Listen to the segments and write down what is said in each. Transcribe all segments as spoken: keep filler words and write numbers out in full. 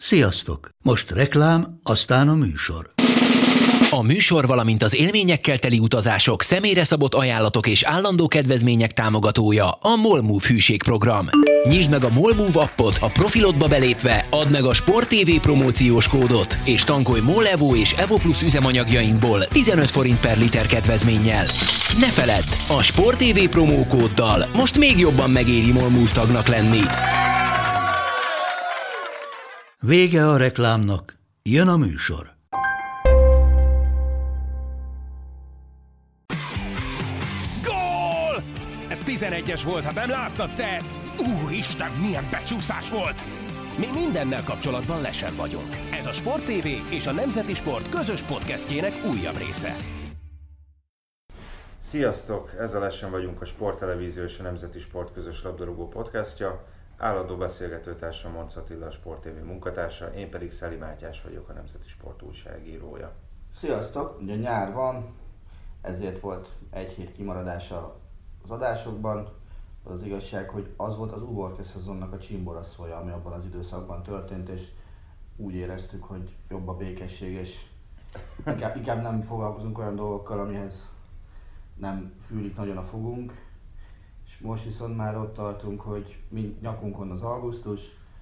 Sziasztok! Most reklám, aztán a műsor. A műsor, valamint az élményekkel teli utazások, személyre szabott ajánlatok és állandó kedvezmények támogatója a MOLMOVE hűségprogram. Nyisd meg a MOLMOVE appot, a profilodba belépve add meg a Sport té vé promóciós kódot, és tankolj MOL Evo és Evo Plus üzemanyagjainkból tizenöt forint per liter kedvezménnyel. Ne feledd, a Sport té vé promókóddal most még jobban megéri MOLMOVE tagnak lenni. Vége a reklámnak, jön a műsor. Gól! Ez tizenegyes volt, ha nem láttad te! Úristen, milyen becsúszás volt! Mi mindennel kapcsolatban lesen vagyunk. Ez a Sport té vé és a Nemzeti Sport közös podcastjének újabb része. Sziasztok! Ez a Lesen vagyunk, a Sport Televízió és a Nemzeti Sport közös labdarúgó podcastja. Állandó beszélgetőtársam Monc Attila, a Sport té vé munkatársa, én pedig Szeli Mátyás vagyok, a Nemzeti Sport újságírója. Sziasztok! Ugye nyár van, ezért volt egy hét kimaradása az adásokban. Az igazság, hogy az volt az uborka szezonnak a csimboraszója, ami abban az időszakban történt, és úgy éreztük, hogy jobb a békesség, és inkább, inkább nem foglalkozunk olyan dolgokkal, amihez nem fűlik nagyon a fogunk. És most viszont már ott tartunk, hogy mi nyakunkon az augusztus,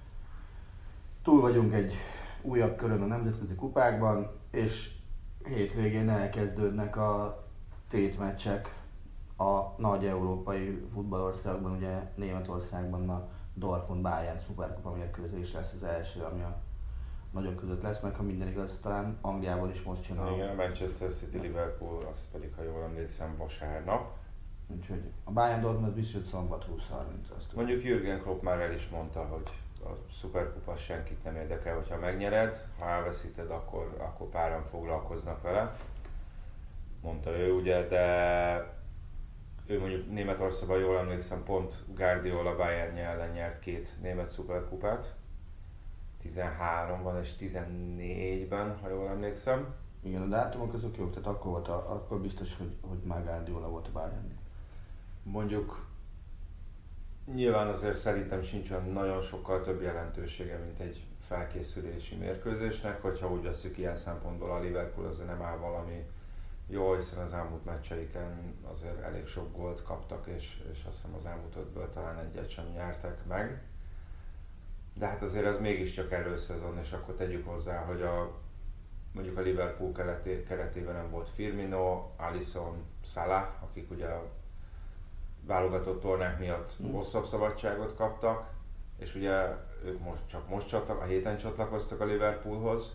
túl vagyunk egy újabb körön a nemzetközi kupákban, és hétvégén elkezdődnek a tétmeccsek a nagy európai futballországban, ugye Németországban a Dortmund Bayern szuperkupa mérkőzés lesz az első, ami a nagyok között lesz, meg ha minden igaz, talán Angliából is most jön a... Igen, a Manchester City Liverpool, az pedig, ha jól emlékszem, vasárnap. Úgyhogy a Bayern Dortmund az biztos, hogy szombat húsz harminc. Mondjuk Jürgen Klopp már el is mondta, hogy a szuperkupa senkit nem érdekel, hogyha megnyered, ha elveszíted, akkor, akkor páran foglalkoznak vele. Mondta ő ugye, de ő mondjuk Németországban, jól emlékszem, pont Guardiola Bayernje ellen nyert két német szuperkupát. tizenháromban és tizennégyben, ha jól emlékszem. Igen, a dátumok azok jók, tehát akkor, volt a, akkor biztos, hogy, hogy már Guardiola volt a Bayernnél. Mondjuk nyilván azért szerintem sincs olyan nagyon sokkal több jelentősége, mint egy felkészülési mérkőzésnek, hogyha úgy veszük ilyen szempontból, a Liverpool azért nem áll valami jó, hiszen az elmúlt meccseiken azért elég sok gólt kaptak, és, és azt hiszem az elmúlt ötből talán egyet sem nyertek meg. De hát azért ez mégiscsak előszezon, és akkor tegyük hozzá, hogy a, mondjuk a Liverpool kereté, keretében nem volt Firmino, Alisson, Salah, akik ugye a válogatott tornák miatt hosszabb szabadságot kaptak, és ugye ők most csak most csatlak, a héten csatlakoztak a Liverpoolhoz,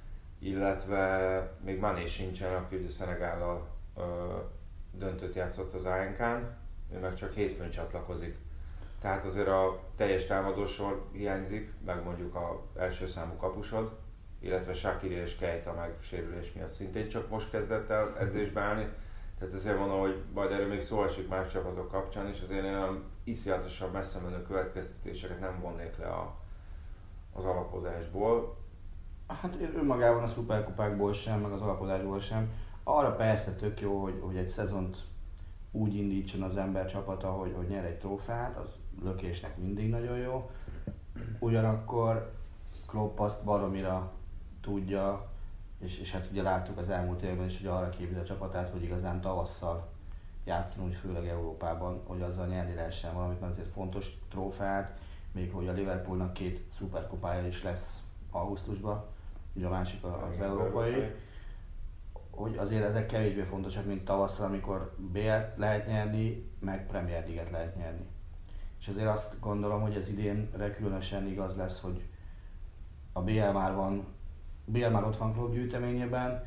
illetve még Mané sincsen, aki ugye Szenegállal ö, döntőt játszott az á en ká-n, ő meg csak hétfőn csatlakozik. Tehát azért a teljes támadósor hiányzik, meg mondjuk az első számú kapusod, illetve Shaqiri és Keita meg sérülés miatt szintén csak most kezdett el edzésbe állni. Tehát ezért mondom, hogy majd erről még szó esik más csapatok kapcsán, és azért én olyan iszonyatosabb, messze menő következtetéseket nem vonnék le a, az alapozásból. Hát önmagában a szuperkupákból sem, meg az alapozásból sem. Arra persze tök jó, hogy, hogy egy szezont úgy indítson az ember csapata, hogy, hogy nyer egy trófeát, az lökésnek mindig nagyon jó. Ugyanakkor Klopp azt baromira tudja, és, és hát ugye láttuk az elmúlt évben is, hogy arra képzi a csapatát, hogy igazán tavasszal játszon úgy, főleg Európában, hogy azzal nyerni lehessen valamit, mert azért fontos trófeát, még hogy a Liverpoolnak két szuperkupája is lesz augusztusban, ugye a másik az, az európai, hogy azért ezek kevésbé fontosak, mint tavasszal, amikor bé el-t lehet nyerni, meg Premier League-et lehet nyerni. És azért azt gondolom, hogy ez idénre különösen igaz lesz, hogy a bé el már van, bé el már ott van klub gyűjteményében,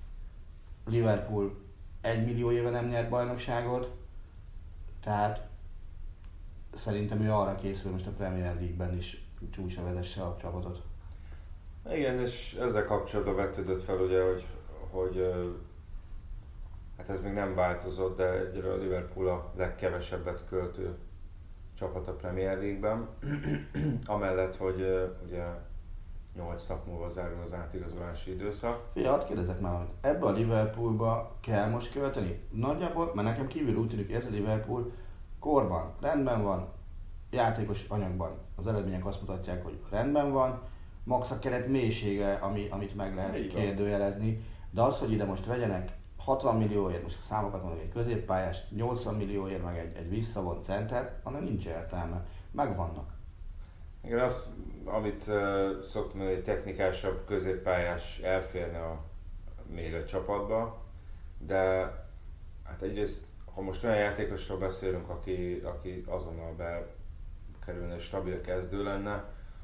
Liverpool egy millió éve nem nyert bajnokságot, tehát szerintem ő arra készül most a Premier League-ben is csúcsra vezesse a csapatot. Igen, és ezzel kapcsolatban vetődött fel ugye, hogy, hogy hát ez még nem változott, de egyre a Liverpool a legkevesebbet költő csapat a Premier League-ben. Amellett, hogy ugye nyolc nap múlva zárul az átigazolási időszak. Figyelj, hadd kérdezek már, hogy ebbe a Liverpoolba kell most követni? Nagyjából, mert nekem kívül úgy tűnik, hogy ez a Liverpool korban, rendben van, játékos anyagban az eredmények azt mutatják, hogy rendben van, max a keret mélysége, ami, amit meg lehet kérdőjelezni, de az, hogy ide most vegyenek hatvan millióért, most a számokat mondom, egy középpályás, nyolcvan millióért meg egy, egy visszavont centert, annak nincs értelme, megvannak. Igen, az, amit uh, szoktam mondani, egy technikásabb középpályás elférne a, még a csapatba, de hát egyrészt, ha most olyan játékosról beszélünk, aki, aki azonnal bekerülne és stabil kezdő lenne,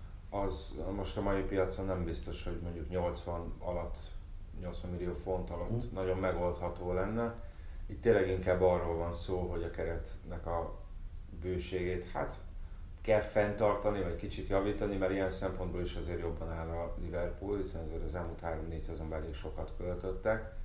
az most a mai piacon nem biztos, hogy mondjuk nyolcvan alatt, nyolcvan millió font alatt mm. nagyon megoldható lenne. Itt tényleg inkább arról van szó, hogy a keretnek a bőségét hát kell fenntartani, vagy kicsit javítani, mert ilyen szempontból is azért jobban áll a Liverpool, hiszen azért az elmúlt három-négy szezonban elég sokat költöttek.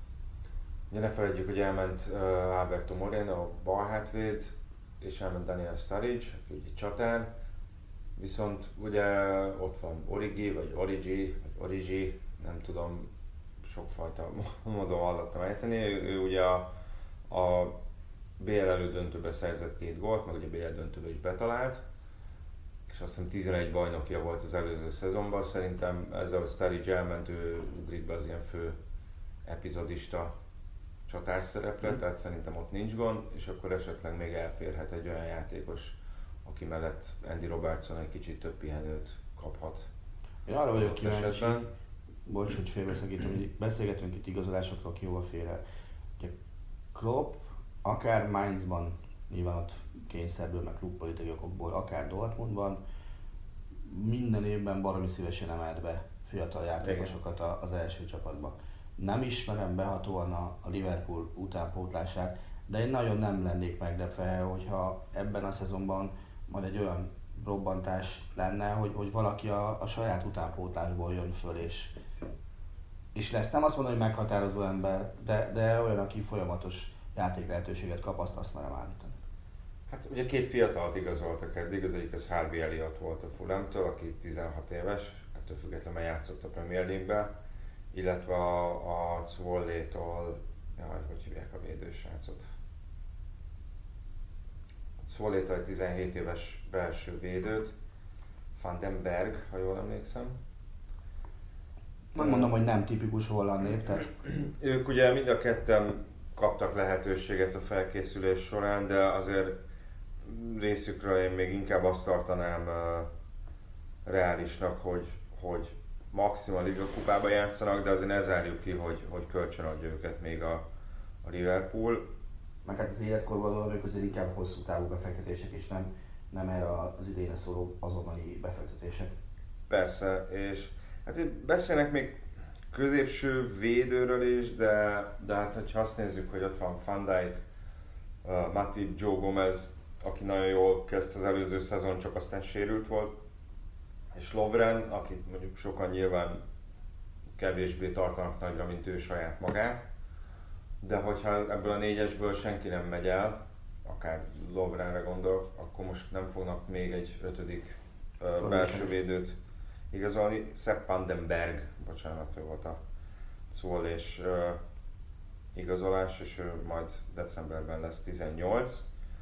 Ugye ne felejtjük, hogy elment uh, Alberto Moreno, a bal hátvéd, és elment Daniel Sturridge, aki egy csatár. Viszont ugye ott van Origi, vagy Origi, vagy Origi, nem tudom, sokfajta módon hallottam ejteni. Ő, ő ugye a, a bé el elődöntőben szerzett két gólt, meg ugye bé el döntőben is betalált. És azt hiszem tizenegy bajnokja volt az előző szezonban. Szerintem ezzel a Sturridge elment, ő ugrik be az ilyen fő epizodista csatárszerepre, mm. tehát szerintem ott nincs gond, és akkor esetleg még elférhet egy olyan játékos, aki mellett Andy Robertson egy kicsit több pihenőt kaphat. Én arra vagyok kíváncsi, bocs, hogy félbeszakítom, hogy beszélgetünk itt igazolásokról, ki hova fér el. Ugye Klopp akár Mainzban, nyilván ott kényszerből, meg klubpolitikai okokból, akár Dortmundban, minden évben baromi szívesen emelt be fiatal játékosokat az első csapatba. Nem ismerem behatóan a, a Liverpool utánpótlását, de én nagyon nem lennék meglepve, hogyha ebben a szezonban majd egy olyan robbantás lenne, hogy, hogy valaki a, a saját utánpótlásból jön föl, és, és lesz. Nem azt mondom, hogy meghatározó ember, de, de olyan, aki folyamatos játék lehetőséget kap, azt, azt merem állítani. Hát ugye két fiatalt igazoltak eddig, az egyik az Harvey Elliott volt a Fulhamtől, aki tizenhat éves, ettől függetlenül játszott a Premier League-ben, illetve a, a Zwolle-tól, jaj, hogy hívják a védősrácot? Zwolle-től egy tizenhét éves belső védőt, Van den Berg, ha jól emlékszem. Nem mondom, hogy nem tipikus holland név, tehát... Ők ugye mind a ketten kaptak lehetőséget a felkészülés során, de azért részükről én még inkább azt tartanám uh, reálisnak, hogy, hogy maximum Liga kupába játszanak, de azért ne zárjuk ki, hogy, hogy kölcsön adja őket még a, a Liverpool. Meg hát az életkorban valók azért inkább hosszú távú befektetések, és nem, nem erre az idénre szóló azonnali befektetések. Persze, és hát itt beszélnek még középső védőről is, de, de hát ha azt nézzük, hogy ott van Van Dijk, uh, Matip, Joe Gomez, aki nagyon jól kezdte az előző szezon, csak aztán sérült volt, és Lovren, akit mondjuk sokan nyilván kevésbé tartanak nagyra, mint ő saját magát, de hogyha ebből a négyesből senki nem megy el, akár Lovrenre gondolok, akkor most nem fognak még egy ötödik uh, belső védőt igazolni. Sepp van den Berg, bocsánat, ő volt a szól és uh, igazolás, és ő majd decemberben lesz tizennyolc.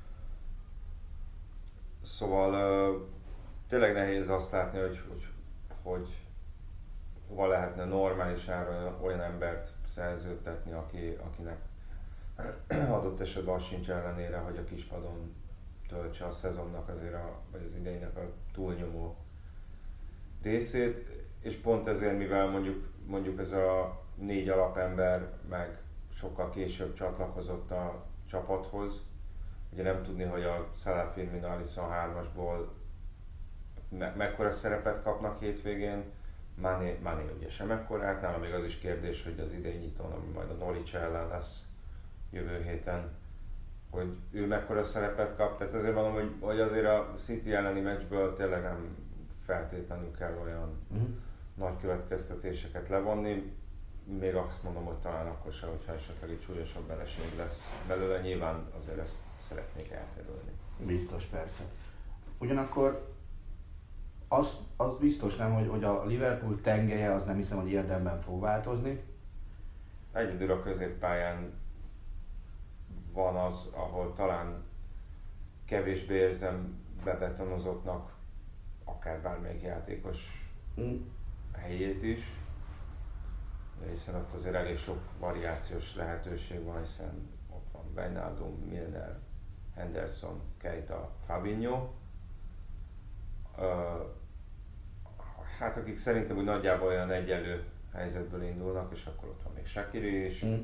Szóval uh, tényleg nehéz azt látni, hogy, hogy, hogy hova lehetne normális áron olyan embert szerződtetni, aki, akinek adott esetben az sincs ellenére, hogy a kispadon töltse a szezonnak azért a, vagy az idejének a túlnyomó részét, és pont ezért, mivel mondjuk, mondjuk ez a négy alapember meg sokkal később csatlakozott a csapathoz, ugye nem tudni, hogy a Salah, Firmino, Alisson hármasból me- mekkora szerepet kapnak hétvégén, Mané, Mané ugye sem ekkorát, nálam még az is kérdés, hogy az idei nyitón, ami majd a Norwich ellen lesz jövő héten, hogy ő mekkora szerepet kap, tehát azért mondom, hogy, hogy azért a City elleni meccsből tényleg nem feltétlenül kell olyan uh-huh. nagy következtetéseket levonni, még azt mondom, hogy talán akkor sem, hogyha esetleg egy súlyosabb beleség lesz belőle, nyilván azért ezt szeretnék elkerülni. Biztos, persze. Ugyanakkor az, az biztos nem, hogy, hogy a Liverpool tengelye az nem hiszem, hogy érdemben fog változni. Egyedül a középpályán van az, ahol talán kevésbé érzem bebetonozottnak akár bármelyik játékos mm. helyét is, hiszen ott azért elég sok variációs lehetőség van, hiszen ott van Wijnaldum, Milner, Henderson, Keita, Fabinho. Uh, hát akik szerintem úgy nagyjából olyan egyenlő helyzetből indulnak, és akkor ott van még Shaqiri is, mm.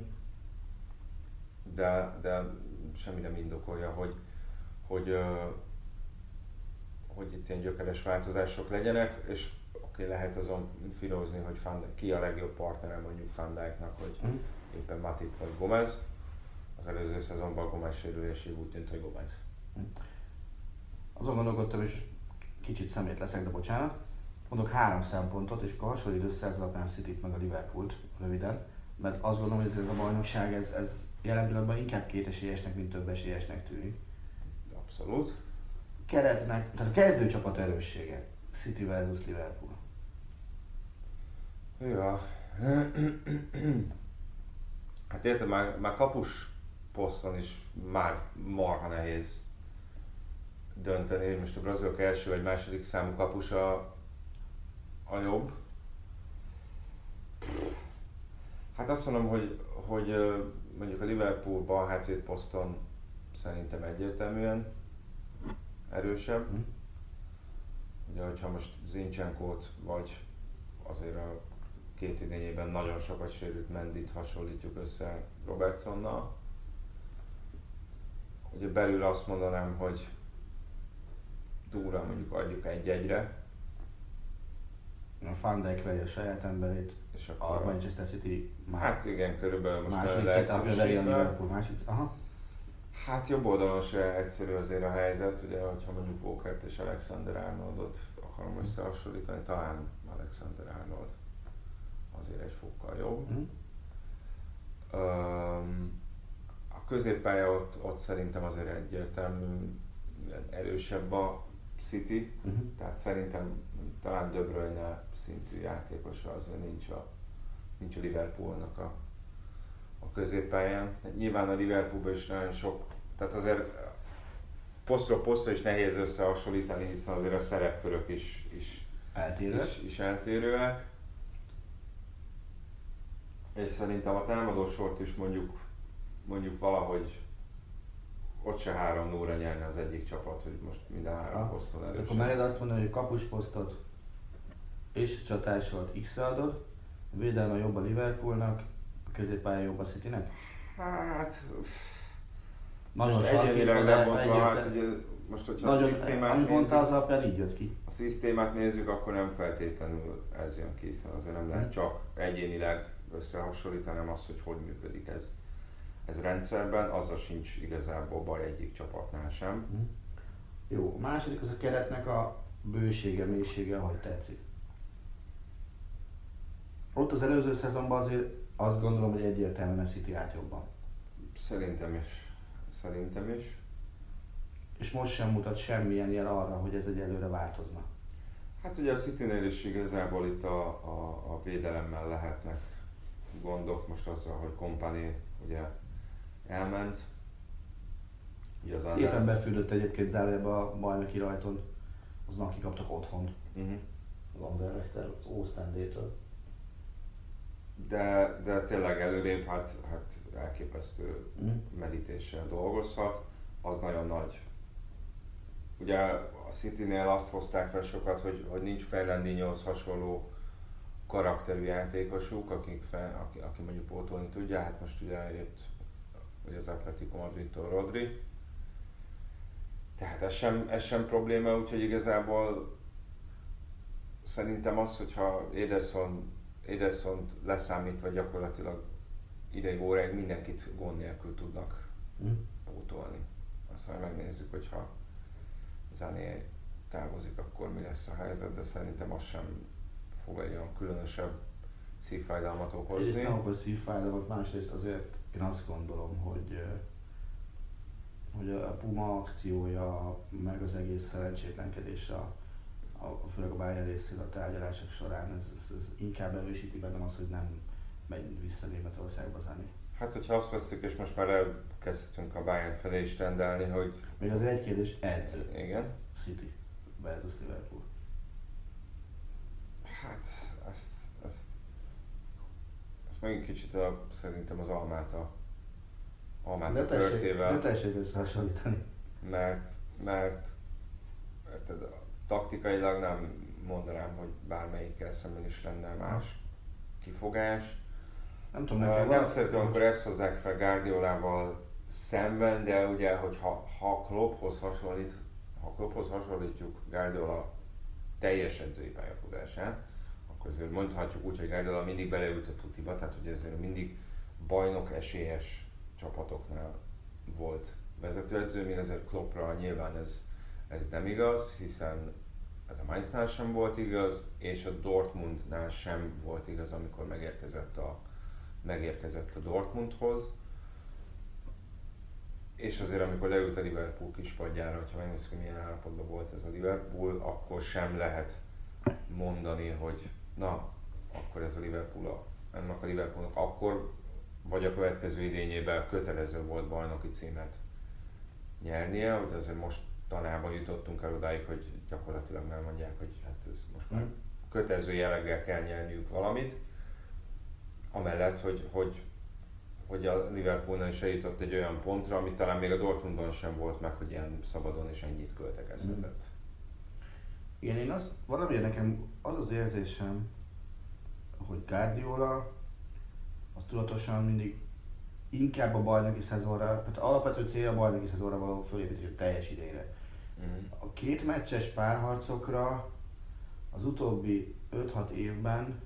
de, de semmi nem indokolja, hogy, hogy, uh, hogy itt ilyen gyökeres változások legyenek, és oké, okay, lehet azon filózni, hogy Van, ki a legjobb partnere mondjuk Van Dijknak, hogy mm. éppen Matip vagy Gomez. Az előző szezonban a Gomez sérülésig úgy tűnt, hogy Gomez. Mm. Azon gondolkodtam, és kicsit szemét leszek, de bocsánat. Mondok három szempontot, és akkor hasonlít össze ezzel a City-t meg a Liverpoolt röviden, mert azt gondolom, hogy ez a bajnokság, ez, ez jelen pillanatban inkább két esélyesnek, mint több esélyesnek tűnik. Abszolút. Keretnek, tehát a kezdőcsapat erőssége, City versus Liverpool. Ja. Hát érted, már, már kapus poszton is már marha nehéz dönteni, most a brazilok első vagy második számú kapus a, a jobb. Hát azt mondom, hogy, hogy mondjuk a Liverpoolban hátvéd poszton szerintem egyértelműen erősebb. Mm. Ugye, hogyha most Zincsenkót vagy azért a két idényében nagyon sokat sérült Mendit hasonlítjuk össze Robertsonnal. Ugye belül azt mondanám, hogy Dúra mondjuk adjuk egy-egyre. A Van Dijk vegye a saját emberét, és a Manchester City már hát igen, körülbelül most második leegyszerűsítve. Másik, aha. Hát jobb oldalon se egyszerű azért a helyzet, ugye, hogyha mondjuk Walkert és Alexander Arnoldot akarom összehasonlítani, talán Alexander Arnold azért egy fokkal jobb. Mm. Um, a középpálya ott, ott szerintem azért egyértelműen erősebb a City, uh-huh. tehát szerintem talán De Bruyne szintű játékosa azért nincs a, nincs a Liverpoolnak a, a középpályán. Nyilván a Liverpoolban is nagyon sok, tehát azért posztról posztra is nehéz összehasonlítani, hiszen azért a szerepkörök is, is, is, is eltérőek. És szerintem a támadósort is mondjuk, mondjuk valahogy ott se három nullra nyerne az egyik csapat, hogy most minden három ah, poszton erősebb. Akkor mered azt mondani, hogy kapusposztot és csatársort X-re adod, a védelme jobb a Liverpoolnak, a középpálya jobb a Citynek? Hát... Nagyon egyenileg lebontva, hát ugye most, hogyha nagyon, a szisztémát amit nézzük, mondta, az alapján így jött ki. A szisztémát nézzük, akkor nem feltétlenül ez jön ki, hiszen azért nem lehet csak egyénileg összehasonlítani, hanem az, hogy hogy működik ez. Ez rendszerben, azzal sincs igazából baj egyik csapatnál sem. Mm. Jó, a második az a keretnek a bősége, mélysége, ahogy tetszik. Ott az előző szezonban azért azt gondolom, hogy egyértelműen a City állt jobban. Szerintem is. Szerintem is. És most sem mutat semmilyen jel arra, hogy ez egyelőre változna. Hát ugye a Citynél is igazából itt a, a, a védelemmel lehetnek gondok, most azzal, hogy Kompany ugye elment. Ugye az szépen befűrött egyébként zárójelbe a bajnoki rajton, aznak kikaptak otthont. Uh-huh. Az Anderlecht-től, az Oostendétől. De, de tényleg előrébb hát, hát elképesztő uh-huh. merítéssel dolgozhat, az nagyon nagy. Ugye a Citynél azt hozták fel sokat, hogy, hogy nincs Fernandinhohoz hasonló karakterű játékosuk, akik fel, aki, aki mondjuk pótolni tudja, hát most ugye eljött ugye az Atletico Madridtól Rodri. Tehát ez sem, ez sem probléma, úgyhogy igazából szerintem az, hogyha Ederson, Edersont leszámítva gyakorlatilag ideig óráig mindenkit gond nélkül tudnak mm. pótolni. Aztán megnézzük, hogyha Sané távozik, akkor mi lesz a helyzet, de szerintem az sem fog egy olyan különösebb szívfájdalmat okozni. Egyrészt nem okoz szívfájdalmat, másrészt azért én azt gondolom, hogy, hogy a Puma akciója, meg az egész szerencsétlenkedés, a, a, főleg a Bayern részéről a tárgyalások során, ez, ez, ez inkább erősíti bennem az, hogy nem megy vissza Németországba Sané. Hát, hogyha azt veszük, és most már elkezdtünk a Bayern felé is rendelni, hogy... Még az egy kérdés, edző. Igen. City versus Liverpool. Hát, ezt, ezt, ezt megint kicsit a, szerintem az Almáta, Almáta körtével. Ne tessék összehasonlítani. Mert, mert, mert taktikailag nem mondanám, hogy bármelyikkel szemben is lenne más kifogás. Nem tudom, uh, nem szeretem, amikor ezt hozzák fel Guardiolával szemben, de ugye, hogy ha, ha Klopphoz hasonlít, ha Klopphoz hasonlítjuk Guardiola teljes edzői pályafutását, akkor azért mondhatjuk úgy, hogy Guardiola mindig beleült a tutiba, tehát hogy ezért mindig bajnok esélyes csapatoknál volt vezetőedző, míg azért Kloppra nyilván ez, ez nem igaz, hiszen ez a Mainznál sem volt igaz, és a Dortmundnál sem volt igaz, amikor megérkezett a, megérkezett a Dortmundhoz. És azért, amikor leült a Liverpool kispadjára, hogyha megnézzük, hogy milyen állapotban volt ez a Liverpool, akkor sem lehet mondani, hogy na, akkor ez a Liverpool, a, ennek a Liverpoolnak akkor, vagy a következő idényében kötelező volt bajnoki címet nyernie, hogy azért most tanában jutottunk el odáig, hogy gyakorlatilag nem mondják, hogy hát ez most már kötelező jelleggel kell nyerniük valamit. Amellett, hogy, hogy, hogy a Liverpoolnál is eljutott egy olyan pontra, amit talán még a Dortmundban sem volt meg, hogy ilyen szabadon és ennyit költekezhetett. Igen, én az, valamiért nekem az az érzésem, hogy Guardiola az tudatosan mindig inkább a bajnoki szezonra, tehát alapvető célja a bajnoki szezonra való fölépítés a teljes idejére. Mm. A két meccses párharcokra az utóbbi öt-hat évben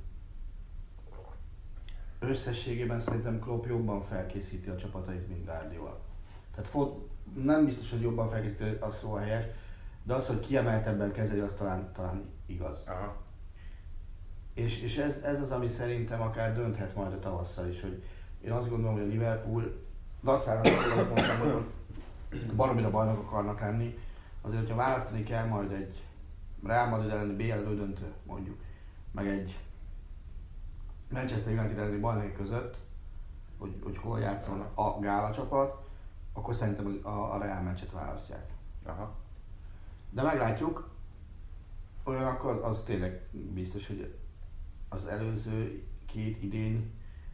összességében szerintem Klopp jobban felkészíti a csapatait, mint Guardiola. Tehát fot, nem biztos, hogy jobban felkészíti, a szó a helyes, de az, hogy kiemeltebben kezeli, az talán, talán igaz. Aha. És, és ez, ez az, ami szerintem akár dönthet majd a tavasszal is, hogy én azt gondolom, hogy a Liverpool dacára hogy baromira bajnok akarnak lenni, azért, hogyha választani kell majd egy Real Madrid elleni bé el elődöntő, mondjuk, meg egy Manchester United elleni bajnoki között, hogy, hogy hol játszon a gála csapat, akkor szerintem a, a Real meccset választják. Aha. De meglátjuk, olyan akkor az tényleg biztos, hogy az előző két idény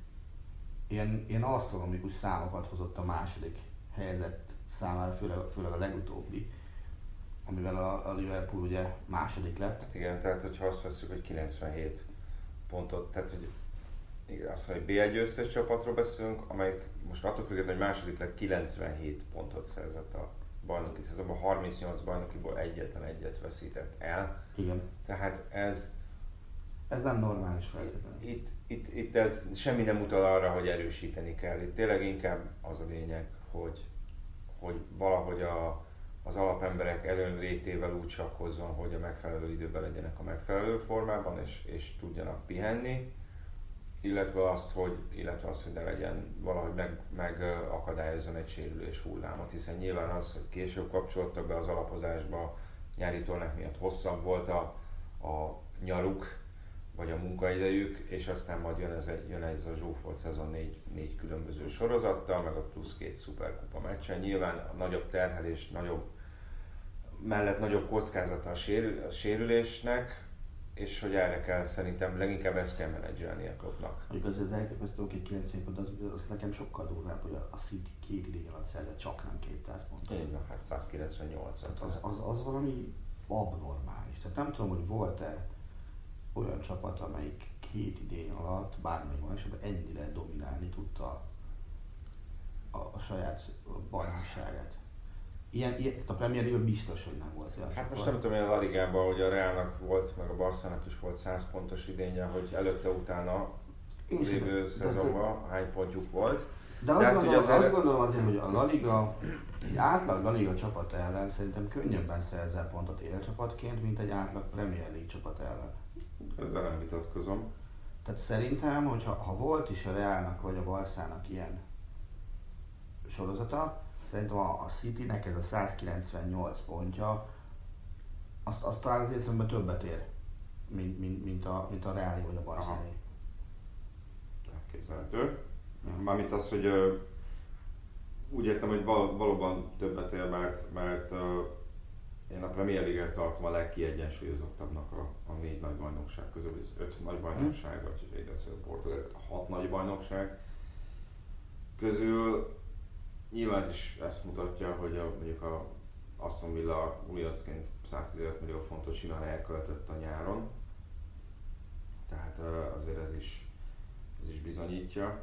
ilyen, ilyen asztronomikus számokat hozott a második helyzet számára, főleg, főleg a legutóbbi, amivel a, a Liverpool ugye második lett. Hát igen, tehát hogyha azt veszük, hogy kilencvenhét pontot, tehát hogy igen, azt mondja, hogy bé egy győztes csapatról beszélünk, amelyik most attól függetlenül, hogy második lett, kilencvenhét pontot szerzett a bajnoki szezonban, harmincnyolc bajnokiból egyetlen egyet veszített el. Igen. Tehát ez... Ez nem normális feltétlenül. Itt, itt, itt ez semmi nem utal arra, hogy erősíteni kell. Itt tényleg inkább az a lényeg, hogy, hogy valahogy a, az alapemberek előnrétével úgy sakkozzon, hogy a megfelelő időben legyenek a megfelelő formában, és, és tudjanak pihenni. Illetve azt, hogy, illetve azt, hogy ne legyen valahogy meg, megakadályozzon egy sérülés hullámot, hiszen nyilván az, hogy később kapcsoltak be az alapozásba, nyári tornák miatt hosszabb volt a, a nyaruk, vagy a munkaidejük, és aztán majd jön ez, jön ez a zsúfolt szezon négy, négy különböző sorozattal, meg a plusz két szuperkupa meccsen. Nyilván a nagyobb terhelés, nagyobb, mellett nagyobb kockázata a, sérül, a sérülésnek, és hogy erre kell szerintem leginkább ezt kell menedzselni a Kloppnak. Mondjuk az, az elképesztő egy kilencven pont, az, az nekem sokkal durvább, hogy a City két idény alatt szerzett csak nem kétszáz pontot. Így van, hát százkilencvennyolcat. Az, az, az valami abnormális. Tehát nem tudom, hogy volt-e olyan csapat, amelyik két idény alatt, bármelyik van esetben ennyire dominálni tudta a, a saját bajnokságát. Ilyen, ilyen, a Premier League biztos, hogy nem volt olyan. Hát most nem tudom, hogy a La Ligában, hogy a Realnak volt, meg a Barszának is volt száz pontos idénye, hogy előtte-utána az lévő szezonban hány pontjuk volt. De azt, gondolom, azért... azt gondolom azért, hogy a La Liga, egy átlag La Liga csapat ellen szerintem könnyebben szerzel pontot élcsapatként, mint egy átlag Premier League csapat ellen. Ezzel nem vitatkozom. Tehát szerintem, hogyha ha volt is a Realnak vagy a Barszának ilyen sorozata, szerintem a, a Citynek ez a százkilencvennyolc pontja, azt, azt talán az részemben többet ér, mint, mint, mint, a, mint a Real vagy a Barcelona. Elképzelhető. Mármint az, hogy uh, úgy értem, hogy val- valóban többet ér, mert, mert uh, én a Premier League-et tartom a legkiegyensúlyozottabbnak a, a négy nagy bajnokság közül, az öt nagy bajnokság, vagy egy a Portugál, a hat nagy bajnokság közül. Nyilván ez is ezt mutatja, hogy a, mondjuk a Aston Villa újoncként száztizenöt millió fontot simán elköltött a nyáron. Tehát azért ez is, ez is bizonyítja.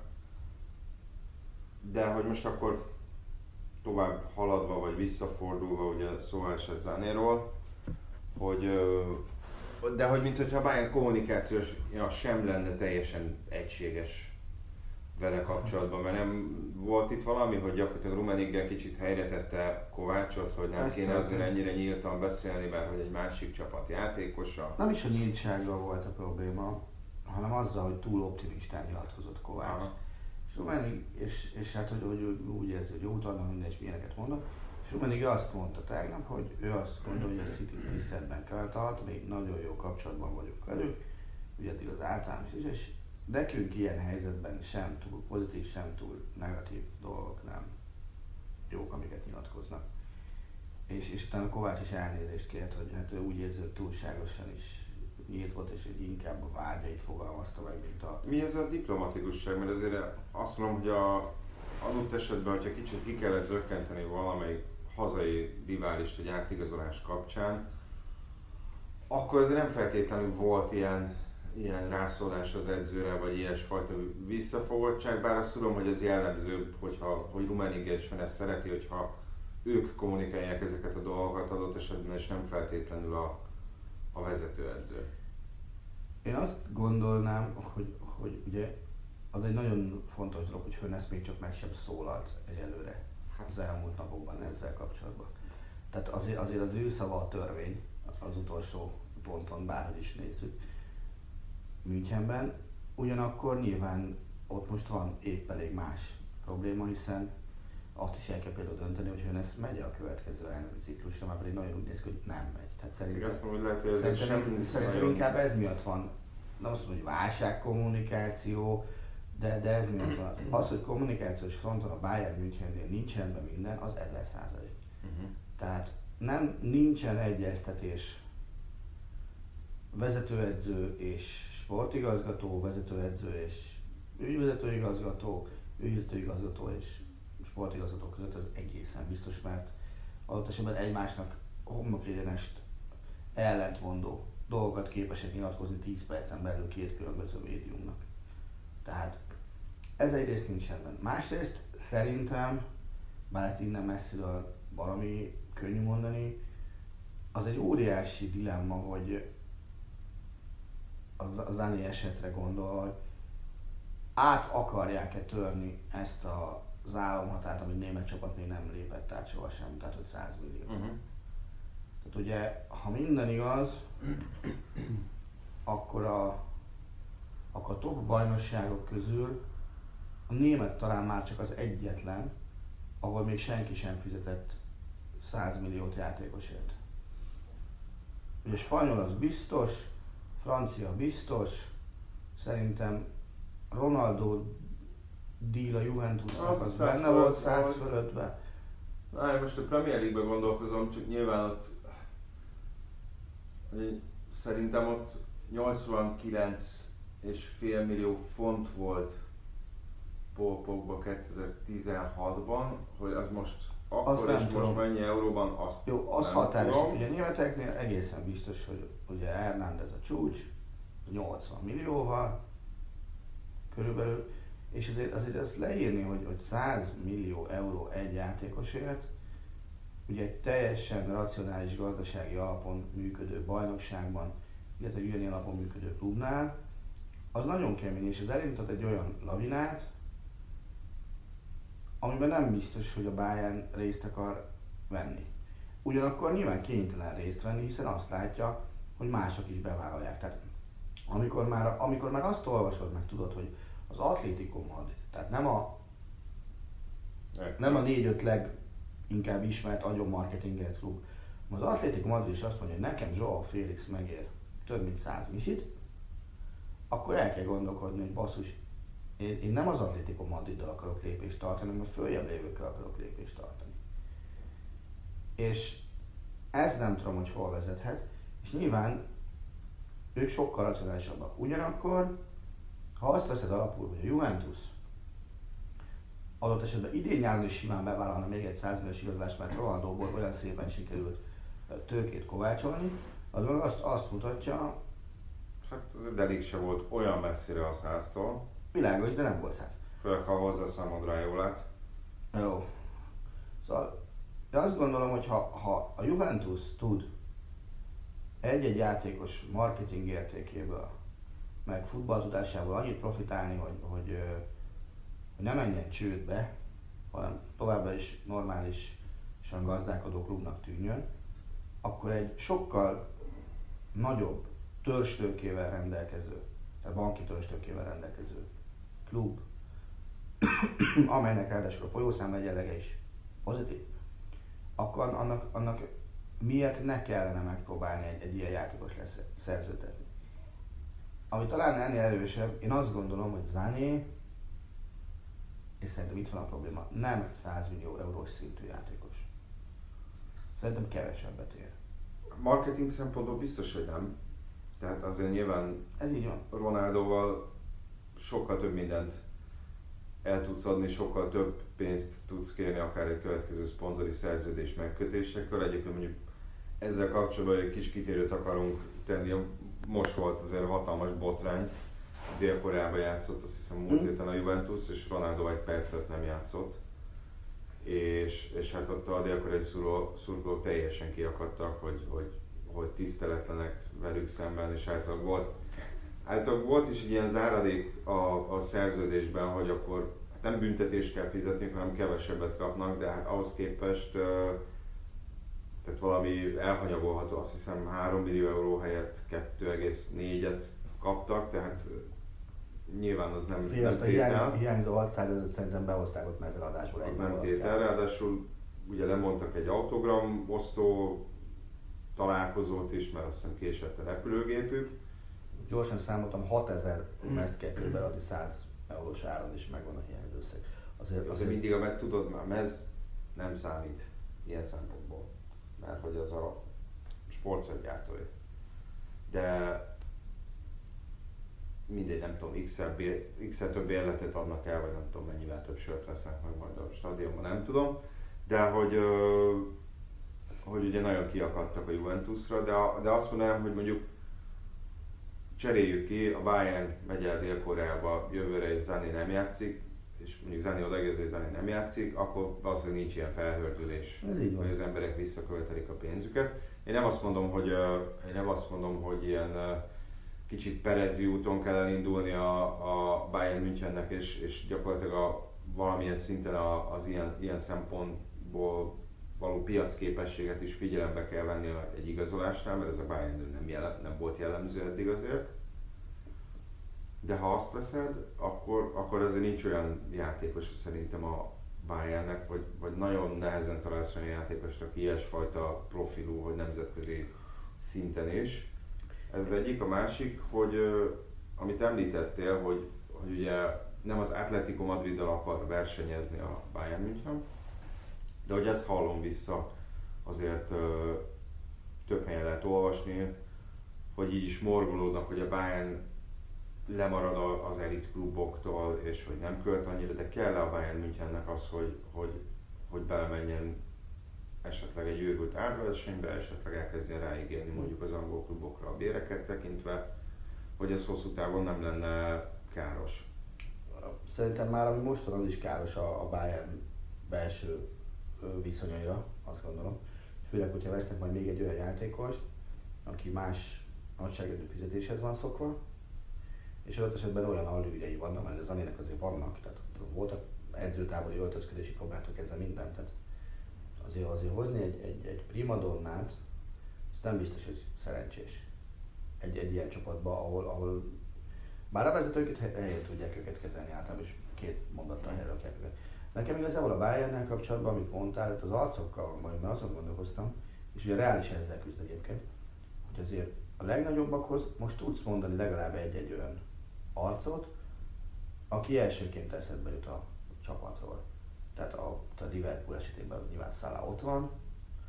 De hogy most akkor tovább haladva vagy visszafordulva, ugye szó esett Sanéról, hogy de hogy mintha a Bayern kommunikációs ja, sem lenne teljesen egységes vele kapcsolatban, mert nem volt itt valami, hogy gyakorlatilag Rummenigge kicsit helyre tette Kovácsot, hogy nem Ezt kéne azért ennyire nyíltan beszélni, mert hogy egy másik csapat játékosa. Nem is a nyíltsággal volt a probléma, hanem azzal, hogy túl optimistán nyilatkozott Kovács. Aha. És Rummenigge, és, és hát hogy, hogy úgy érzi, hogy jó utalnak minden, és milyeneket mondok. És Rummenigge azt mondta tegnap, hogy ő azt gondolja, hogy a City tiszteletben kell tartani, még nagyon jó kapcsolatban vagyok velük, ugye az általános is, és nekünk ilyen helyzetben sem túl pozitív, sem túl negatív dolgok nem jók, amiket nyilatkoznak. És, és utána Kovács is elnézést kért, hogy hát ő úgy érzi, hogy túlságosan is nyílt volt, és hogy inkább a vágyait fogalmazta meg, mint a... Mi ez a diplomatikusság? Mert azért azt mondom, hogy a adott esetben, hogyha kicsit ki kellett zökkenteni valamelyik hazai riválist egy átigazolás kapcsán, akkor azért nem feltétlenül volt ilyen ilyen rászólás az edzőre, vagy ilyesfajta visszafogottság, bár azt tudom, hogy ez jellemző, hogyha, hogy Rummenigge is ezt szereti, hogyha ők kommunikálják ezeket a dolgokat adott esetben, és nem feltétlenül a, a vezetőedző. Én azt gondolnám, hogy, hogy ugye az egy nagyon fontos dolog, hogy Hönes még csak meg sem szólalt egyelőre az elmúlt napokban ezzel kapcsolatban. Tehát azért, azért az ő szava a törvény az utolsó ponton, bárhogy is nézzük. Münchenben, ugyanakkor nyilván ott most van épp elég más probléma, hiszen azt is el kell például dönteni, hogy Hönes megy a következő elnöki ciklusra, már pedig nagyon úgy néz ki, hogy nem megy. Tehát szerintem, azt mondom, hogy lehet, hogy ez szerintem, sem szerintem nagyon... inkább ez miatt van, nem azt mondom, hogy válságkommunikáció, de, de ez miatt van. Az, hogy kommunikációs fronton a Bayern Münchennél nincs rendben minden, az ezer százalék. Uh-huh. Tehát nem, nincsen egyeztetés vezetőedző és sportigazgató, vezetőedző és ügyvezetőigazgató, ügyvezetőigazgató és sportigazgató között, az egészen biztos, mert adott esetben egymásnak homlokegyenest ellentmondó dolgokat képesek nyilatkozni tíz percen belül két különböző médiumnak. Tehát ez egyrészt nincs rendben. Másrészt szerintem, bár ezt innen messziről valami könnyű mondani, az egy óriási dilemma, hogy az Sané esetre gondol, hogy át akarják-e törni ezt az álomhatárt, amit német csapat még nem lépett át sohasem, tehát hogy száz millió. Uh-huh. Tehát ugye, ha minden igaz, akkor a, akkor a top bajnokságok közül a német talán már csak az egyetlen, ahol még senki sem fizetett száz milliót játékosért. Ugye spanyol az biztos, francia biztos, szerintem Ronaldo deal a Juventusnak az, az benne volt száz fölöttben. Na, én most a Premier League-ben gondolkozom, csak nyilván ott szerintem ott nyolcvankilenc egész öt millió font volt Paul Pogba kétezer-tizenhatban, hogy az most akkor és most tudom. Mennyi euróban, azt jó, az határos. Ugye a németeknél egészen biztos, hogy ugye Hernández a csúcs, nyolcvan millióval körülbelül, és azért, azért azt leírni, hogy, hogy száz millió euró egy játékosért, ugye egy teljesen racionális gazdasági alapon működő bajnokságban, illetve egy ilyen alapon működő klubnál, az nagyon kemény, és ez elindított egy olyan lavinát, amiben nem biztos, hogy a Bayern részt akar venni. Ugyanakkor nyilván kénytelen részt venni, hiszen azt látja, hogy mások is bevállalják. Tehát amikor már, amikor már azt olvasod, meg tudod, hogy az Atlético Madrid, tehát nem a, nem a négy-öt leginkább ismert agyonmarketingelt klub, az Atlético Madrid is azt mondja, hogy nekem Joao Félix megér több mint száz misit, akkor el kell gondolkodni, hogy basszus, én, én nem az Atlético Madriddal akarok lépést tartani, hanem a följebb lévőkkel akarok lépést tartani. És ezt nem tudom, hogy hol vezethet, és nyilván ők sokkal racionálisabbak. Ugyanakkor, ha azt veszed alapul, hogy a Juventus adott esetben idén nyáron is simán bevállalna még egy száz milliós igazolást, mert Ronaldóból olyan szépen sikerült tőkét kovácsolni, az meg azt, azt mutatja... Hát az Delik se volt olyan messzire a száztól. Világos, de nem volt száz. Főleg, ha hozzászámod rá jól át. Jó. Szóval, de azt gondolom, hogy ha, ha a Juventus tud egy-egy játékos marketing értékéből, meg futballtudásából annyit profitálni, hogy, hogy, hogy ne menjen csődbe, hanem továbbra is normálisan gazdálkodó klubnak tűnjön, akkor egy sokkal nagyobb törstőkével rendelkező, tehát banki törstőkével rendelkező klub, amelynek ráadásul a folyószám egyelege is pozitív, akkor annak, annak miért ne kellene megpróbálni egy, egy ilyen játékos lesz szerződtetni. Ami talán ennél erősebb, én azt gondolom, hogy Sané, és szerintem itt van a probléma, nem száz millió eurós szintű játékos. Szerintem kevesebbet ér. Marketing szempontból biztos, hogy nem. Tehát azért nyilván ez így van. Ronaldóval sokkal több mindent el tudsz adni, sokkal több pénzt tudsz kérni akár egy következő szponzori szerződés megkötésekor. Egyébként mondjuk ezzel kapcsolatban egy kis kitérőt akarunk tenni. Most volt azért hatalmas botrány. Dél-Koreában játszott, azt hiszem múlt héten a Juventus, és Ronaldo egy percet nem játszott. És, és hát ott a dél-koreai szurkolók teljesen kiakadtak, hogy, hogy, hogy tiszteletlenek velük szemben, és általában volt, általában volt is egy ilyen záradék a, a szerződésben, hogy akkor nem büntetést kell fizetni, hanem kevesebbet kapnak, de hát ahhoz képest tehát valami elhanyagolható, azt hiszem három millió euró helyett kettő egész négyet kaptak, tehát nyilván az nem, Fél, nem tétel. Hiányzó hatszázezret szerintem behozták ott már adásból. Az nem tétel, ráadásul ugye lemondtak egy autogram osztó találkozót is, mert azt hiszem késett a repülőgépük. Gyorsan számoltam, hatezer mezt kell kb. Adni száz eurós áron is megvan a hiányzó összeg. Azért, azért mindig, mert tudod már, mez nem számít ilyen szempontból, mert hogy az a sportszergyártói. De mindegy, nem tudom, x-el több bérletet adnak el, vagy nem tudom mennyivel több sört vesznek meg majd a stadionban, nem tudom. De hogy, hogy ugye nagyon kiakadtak a Juventusra, de, de azt mondanám, hogy mondjuk cseréljük ki, a Bayern megy el Dél-Koreába jövőre és Sané nem játszik, és mondjuk Sané odaegész, hogy Sané nem játszik, akkor valószínűleg nincs ilyen felhördülés, hogy az emberek visszaköltelik a pénzüket. Én nem azt mondom, hogy, én nem azt mondom, hogy ilyen kicsit perezi úton kell elindulni a, a Bayern Münchennek, és, és gyakorlatilag a, valamilyen szinten a, az ilyen, ilyen szempontból való piacképességet is figyelembe kell venni egy igazolásnál, mert ez a Bayern nem, jelen, nem volt jellemző eddig azért. De ha azt veszed, akkor, akkor azért nincs olyan játékos szerintem a Bayernnek, vagy, vagy nagyon nehezen találsz olyan játékost, aki ilyesfajta profilú, vagy nemzetközi szinten is. Ez az egyik, a másik, hogy amit említettél, hogy, hogy ugye nem az Atletico Madriddal akar versenyezni a Bayern München, de hogy ezt hallom vissza, azért több helyen lehet olvasni, hogy így is morgolódnak, hogy a Bayern lemarad az elit kluboktól, és hogy nem költ annyira, de kell a Bayern Münchennek az, hogy, hogy, hogy belemenjen esetleg egy őrült árversenybe, esetleg elkezdjen ráígérni mondjuk az angol klubokra a béreket tekintve, hogy ez hosszú távon nem lenne káros. Szerintem már ami mostanon is káros a, a Bayern belső viszonyaira, azt gondolom. Főleg, hogyha vesznek majd még egy olyan játékost, aki más nagyságrendű fizetéshez van szokva, és adott esetben olyan alügyei vannak, mert az Sanének azért vannak, tehát voltak edzőtábori öltözködési problémátok, ezzel mindent. Tehát azért, azért hozni egy, egy, egy primadonnát, ez nem biztos, hogy szerencsés egy, egy ilyen csapatba, ahol, ahol bár a vezetőket helyén tudják őket kezelni általában, és két mondattal helyre rakják őket. Nekem igazából a Bayernnel kapcsolatban, amit mondtál, az arcokkal, majd már azon gondolkoztam, és ugye reális ezzel küzd egyébként, hogy azért a legnagyobbakhoz most tudsz mondani legalább egy-egy olyan arcot, aki elsőként eszedbe jut a csapatról. Tehát a, a Liverpool esetében nyilván Salah ott van, a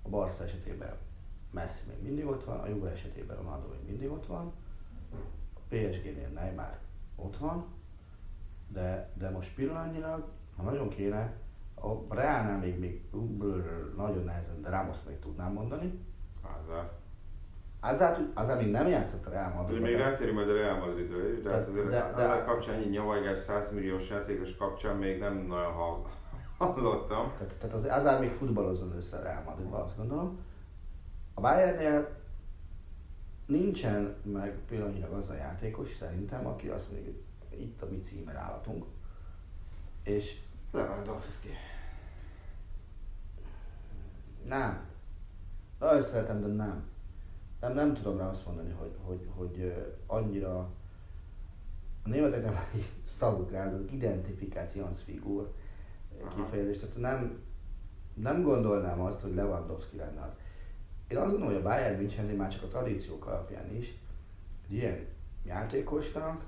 A Barca esetében Messi még mindig ott van, a Juve esetében Ronaldo még mindig ott van, a pé es gé-nél Neymar ott van, de, de most pillanatnyilag, ha nagyon kéne, a Reálnál még, még nagyon nehezen, de Ramos még tudnám mondani. Hazard. Hazard, Hazard még nem játszott a Real Madridban. Még rátérünk majd a Real Madridra is, de, de, hát azért de, de, Hazard kapcsán ennyi nyavajgás száz milliós játékos kapcsán még nem nagyon hallottam. Tehát, tehát az Hazard még futballozzon össze a Real Madridban, azt gondolom. A Bayernnél nincsen meg pillanatnyilag az a játékos szerintem, aki azt mondja, hogy itt a mi címer állatunk. És Lewandowski. Nem. Nagyon szeretem, de nem. Nem, nem tudom rá azt mondani, hogy, hogy, hogy annyira a németeknek már szavuk rá, az identifikációnsfigur kifejezés. Tehát nem, nem gondolnám azt, hogy Lewandowski lenne az. Én azt gondolom, hogy a Bayern Münchennél már csak a tradíciók alapján is, hogy ilyen játékosnak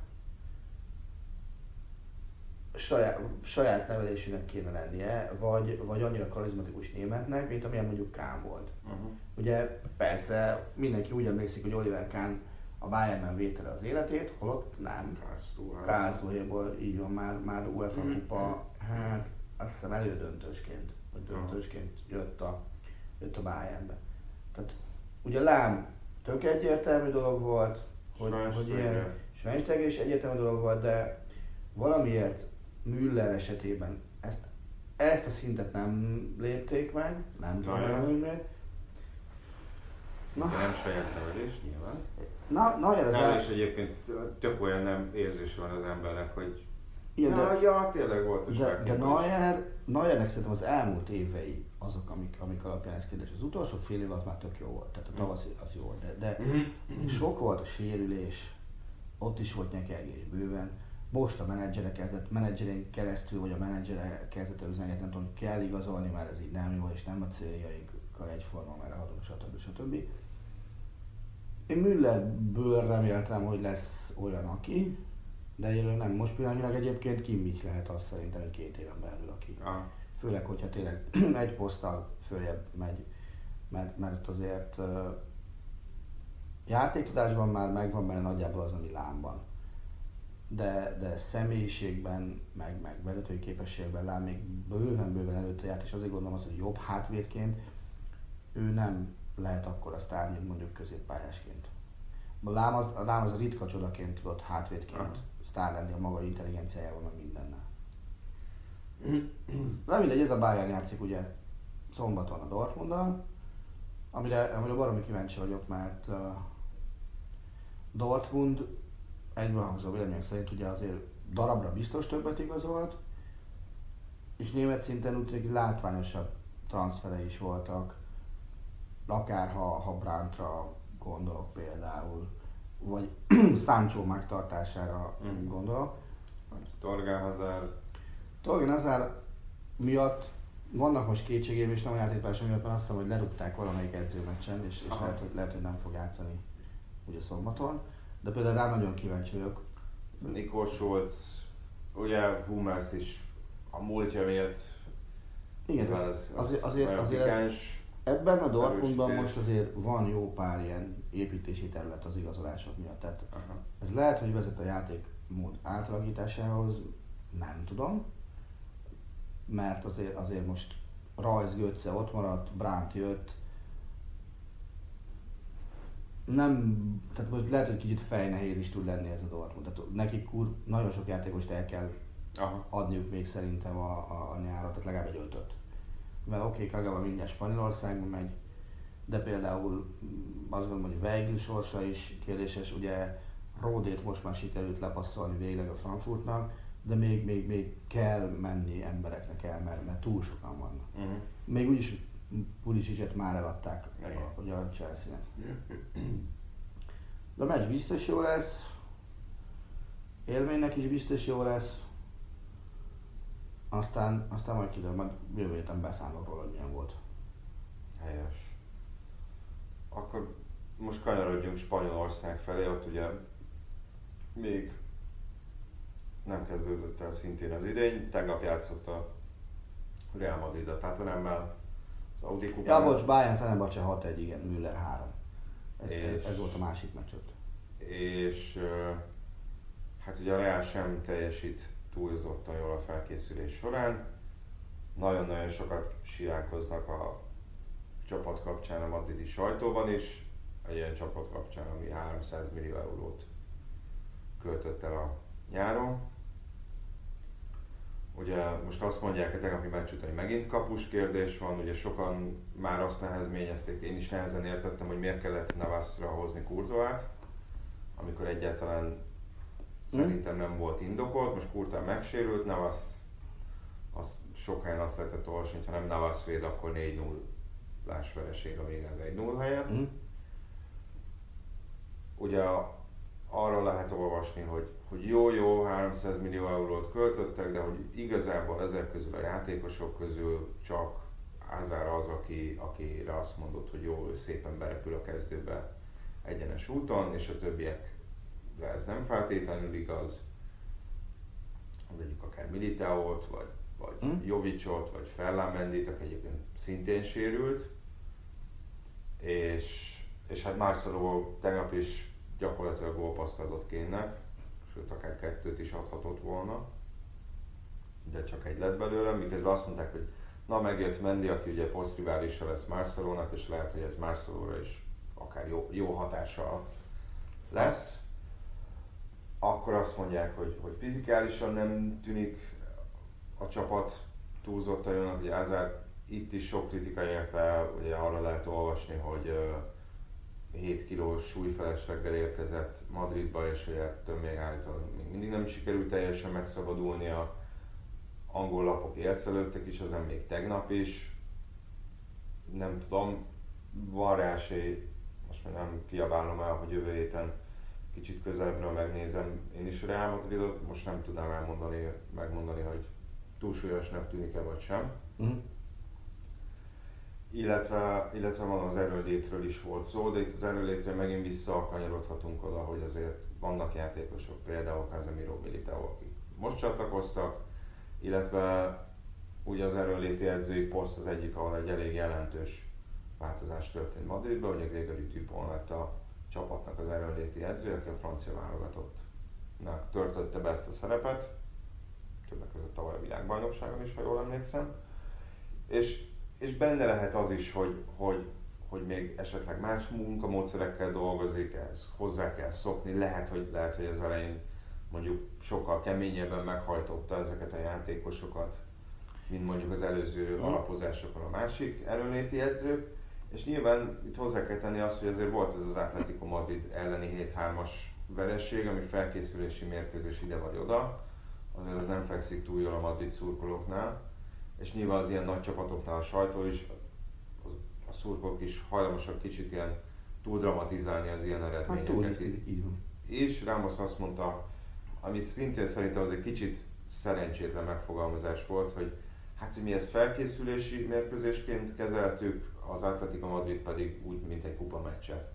saját, saját nevelésének kéne lennie, vagy, vagy annyira karizmatikus németnek, mint amilyen mondjuk Kahn volt. Uh-huh. Ugye persze mindenki úgy emlékszik, hogy Oliver Kahn a Bayernben vétele az életét, holott nem. Karlsruhéból így van, már, már UEFA kupa, hát azt hiszem elődöntősként, vagy döntősként jött a, jött a Bayernbe. Tehát ugye lám tök egyértelmű dolog volt, hogy, hogy ilyen Schweinsteiger is egyértelmű dolog volt, de valamiért Müller esetében ezt, ezt a szintet nem lépték meg, nem tudom, hogy miért. Szinte nem saját nevelés, nyilván. Na, na, ez el... is egyébként több olyan nem érzés van az embernek, hogy igen, ja, de, ja, tényleg volt a de, de Neuer, Neuernek szerintem az elmúlt évei azok, amik, amik alapján ez kérdés. Az utolsó fél év az már tök jó volt, tehát a tavasz az jó volt, de, de sok volt a sérülés, ott is volt nyekelgés bőven. Most a menedzserek kezdett, menedzserén keresztül, vagy a menedzserek kezdett üzengetni, nem tudom, kell igazolni, mert ez így nem jó, és nem a céljainkkal egyforma, mert adunk, stb. stb. Én Müllerből reméltem, hogy lesz olyan, aki, de egyébként nem. Most pillanatnyilag egyébként Kimmich lehet azt szerintem, hogy két éven belül aki. Ah. Főleg, hogyha tényleg egy poszttal följebb megy, mert, mert azért uh, játéktudásban már megvan benne nagyjából az, ami Lámban. De, de személyiségben, meg, meg vezetői képességben Lám még bőven-bőven előtte járt, és azért gondolom azt, hogy jobb hátvédként ő nem lehet akkor a sztár, mint mondjuk középpályásként. A Lám az, a Lám az ritka csodaként tudott hátvédként sztár lenni a maga intelligenciájával, meg mindennel. De mindegy, ez a Bayern játszik ugye szombaton a Dortmunddal, amire, amire baromi kíváncsi vagyok, mert uh, Dortmund egyből hangzó vélemények szerint ugye azért darabra biztos többet igazolt, és német szinten úgy tűnik látványosabb transferei is voltak, akár ha, ha Brandtra gondolok például, vagy Sancho megtartására mm. gondolok. Torgan Hazard. Torgan Hazard miatt vannak most kétségeim, és nem a játékpályása miatt, mert azt hiszem, hogy lerúgták valamelyik edzőmeccsen, és, és lehet, hogy, lehet, hogy nem fog játszani ugye szombaton. De például rá nagyon kíváncsi vagyok. Nico Schulz, ugye Hummels is a múltja miatt. Igen, az, az, azért, azért, azért ez, ebben a Dortmundban most azért van jó pár ilyen építési terület az igazolások miatt. Tehát aha. Ez lehet, hogy vezet a játékmód átalakításához, nem tudom. Mert azért, azért most Reus, Götze ott maradt, Brandt jött. Nem, tehát most lehet, hogy kicsit fejnehéz is tud lenni ez a Dortmund. Tehát nekik kur, nagyon sok játékost el kell aha. adniuk még szerintem a, a, a nyára, tehát legalább egy ötöt. Mert oké, okay, Kagawa mindjárt Spanyolországba megy, de például azt gondolom, hogy Weigl sorsa is kérdéses, ugye Rodét most már sikerült lepasszolni végleg a Frankfurtnak, de még, még, még kell menni embereknek el, mert, mert túl sokan vannak. Uh-huh. Még úgyis Pulisicet már eladták a, ugye a Chelsea-nek. De a meccs biztos jó lesz, élménynek is biztos jó lesz, aztán, aztán majd kiderül, majd jövő héten beszámolok róla, hogy milyen volt. Helyes. Akkor most kanyarodjunk Spanyolország felé, ott ugye még nem kezdődött el szintén az idény, tegnap játszott a Real Madrid a Tottenhammel, az Audi kupán. Ja, bocs, Bayern Fenerbahce hat egy, igen, Müller három. Ez, és, ez volt a másik meccs ott. És hát ugye a Real sem teljesít túlzottan jól a felkészülés során. Nagyon-nagyon sokat siránkoznak a csapat kapcsán a madridi sajtóban is. Egy ilyen csapat kapcsán, ami háromszáz millió eurót költött el a nyáron. Ugye most azt mondják, hogy tegnapi meccs után, hogy megint kapus kérdés van, ugye sokan már azt nehezményezték, én is nehezen értettem, hogy miért kellett Navasra hozni Courtois-t, amikor egyáltalán hmm. szerintem nem volt indokolt, most Courtois megsérült, Navas, azt, sok helyen azt lehetett olvasni, hogy ha nem Navas véd, akkor négy nullás vereség a végén az egy null helyett. Hmm. Ugye arról lehet olvasni, hogy, hogy jó-jó, háromszáz millió eurót költöttek, de hogy igazából ezek közül a játékosok közül csak Hazard az, aki, akire azt mondott, hogy jó, ő szépen berepül a kezdőbe egyenes úton, és a többiekre ez nem feltétlenül igaz. Vegyük akár Militaót, vagy, vagy hmm? Jovicsot, vagy Ferland Mendit, aki egyébként szintén sérült. És, és hát Marcelo tegnap is gyakorlatilag gólpasszt adott Kane-nek, sőt akár kettőt is adhatott volna, de csak egy lett belőle, miközben azt mondták, hogy na megjött Mendy, aki ugye posztriválisa lesz Marcelónak, és lehet, hogy ez Marcelóra is akár jó, jó hatással lesz. Akkor azt mondják, hogy, hogy fizikálisan nem tűnik a csapat túlzottan jónak, ugye Hazard itt is sok kritika érte, ugye arra lehet olvasni, hogy hét kilós súlyfelesleggel érkezett Madridba, és hogy ettől még állítólag még mindig nem sikerült teljesen megszabadulni. A angol lapok élcelődtek is, azon még tegnap is. Nem tudom, van rá esély, most már nem kiabálom el, hogy jövő héten kicsit közelebbről megnézem én is Real Madridot, most nem tudnám elmondani, megmondani, hogy túlsúlyosnak tűnik-e vagy sem. Mm. Illetve, illetve van az erőlétről is volt szó, de itt az erőlétre megint visszakanyarodhatunk oda, hogy azért vannak játékosok, például Casemiro, Militao, akik most csatlakoztak, illetve ugye az erőléti edzői poszt az egyik, ahol egy elég jelentős változás történt Madridban, ugye Grégory Dupont lett a csapatnak az erőléti edző, aki a francia válogatottnak töltötte be ezt a szerepet, többek között tavaly a világbajnokságon is, ha jól emlékszem. És És benne lehet az is, hogy, hogy, hogy még esetleg más munkamódszerekkel dolgozik, ehhez hozzá kell szokni, lehet, hogy, lehet, hogy az elején mondjuk sokkal keményebben meghajtotta ezeket a játékosokat, mint mondjuk az előző mm. alapozásokon a másik erőléti edzők. És nyilván itt hozzá kell tenni azt, hogy azért volt ez az Atletico Madrid elleni hét hármas vereség, ami felkészülési mérkőzés ide vagy oda, azért az nem fekszik túl jól a Madrid szurkolóknál. És nyilván az ilyen nagy csapatoknál a sajtó is, a szurkolók is hajlamosak kicsit ilyen túl dramatizálni az ilyen eredményeket. Hát, így, így van. És Ramos azt mondta, ami szintén szerintem az egy kicsit szerencsétlen megfogalmazás volt, hogy hát, hogy mi ezt felkészülési mérkőzésként kezeltük, az Atletico Madrid pedig úgy, mint egy kupa meccset.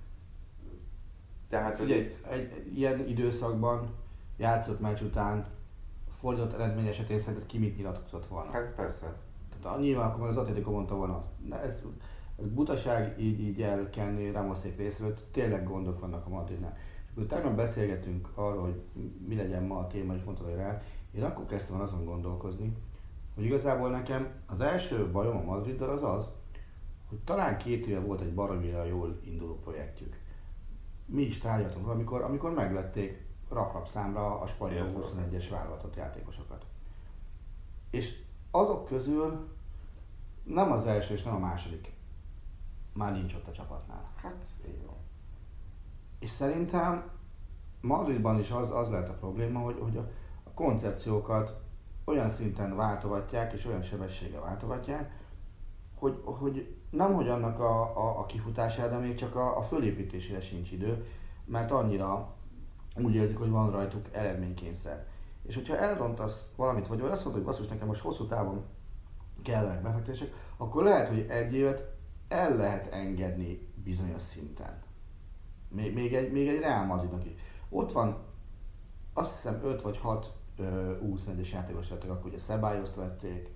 Tehát, ugye egy, egy, egy ilyen időszakban játszott meccs után fordított eredmény esetén szerinted ki mit nyilatkozott volna? Hát persze. Tehát nyilván akkor az Atletico mondta volna azt. De ez, ez butaság így, így elkenni Ramosék részről, tényleg gondok vannak a Madridnál. És akkor tegnap beszélgetünk arról, hogy mi legyen ma a téma, és mondtad, hogy rá. Én akkor kezdtem azon gondolkozni, hogy igazából nekem az első bajom a Madriddal az az, hogy talán két éve volt egy baromira jól induló projektjük. Mi is tárgyaltunk, amikor, amikor meglették raklapszámra a spanyol huszonegyes válogatott játékosokat. És azok közül nem az első és nem a második már nincs ott a csapatnál. Hát, így van. És szerintem Madridban is az, az lehet a probléma, hogy, hogy a, a koncepciókat olyan szinten váltogatják és olyan sebességgel váltogatják, hogy, hogy nem hogy annak a, a, a kifutására, de még csak a, a fölépítésére sincs idő, mert annyira úgy érzik, hogy van rajtuk eredménykényszer. És hogyha elrontasz valamit, vagy azt mondod, hogy basszus, nekem most hosszú távon kellenek befektetések, akkor lehet, hogy egy évet el lehet engedni bizonyos szinten. Még, még egy, még egy Real Madridnak is. Ott van, azt hiszem öt vagy hat U huszonegyes játékos vettek, akkor ugye Ceballos vették,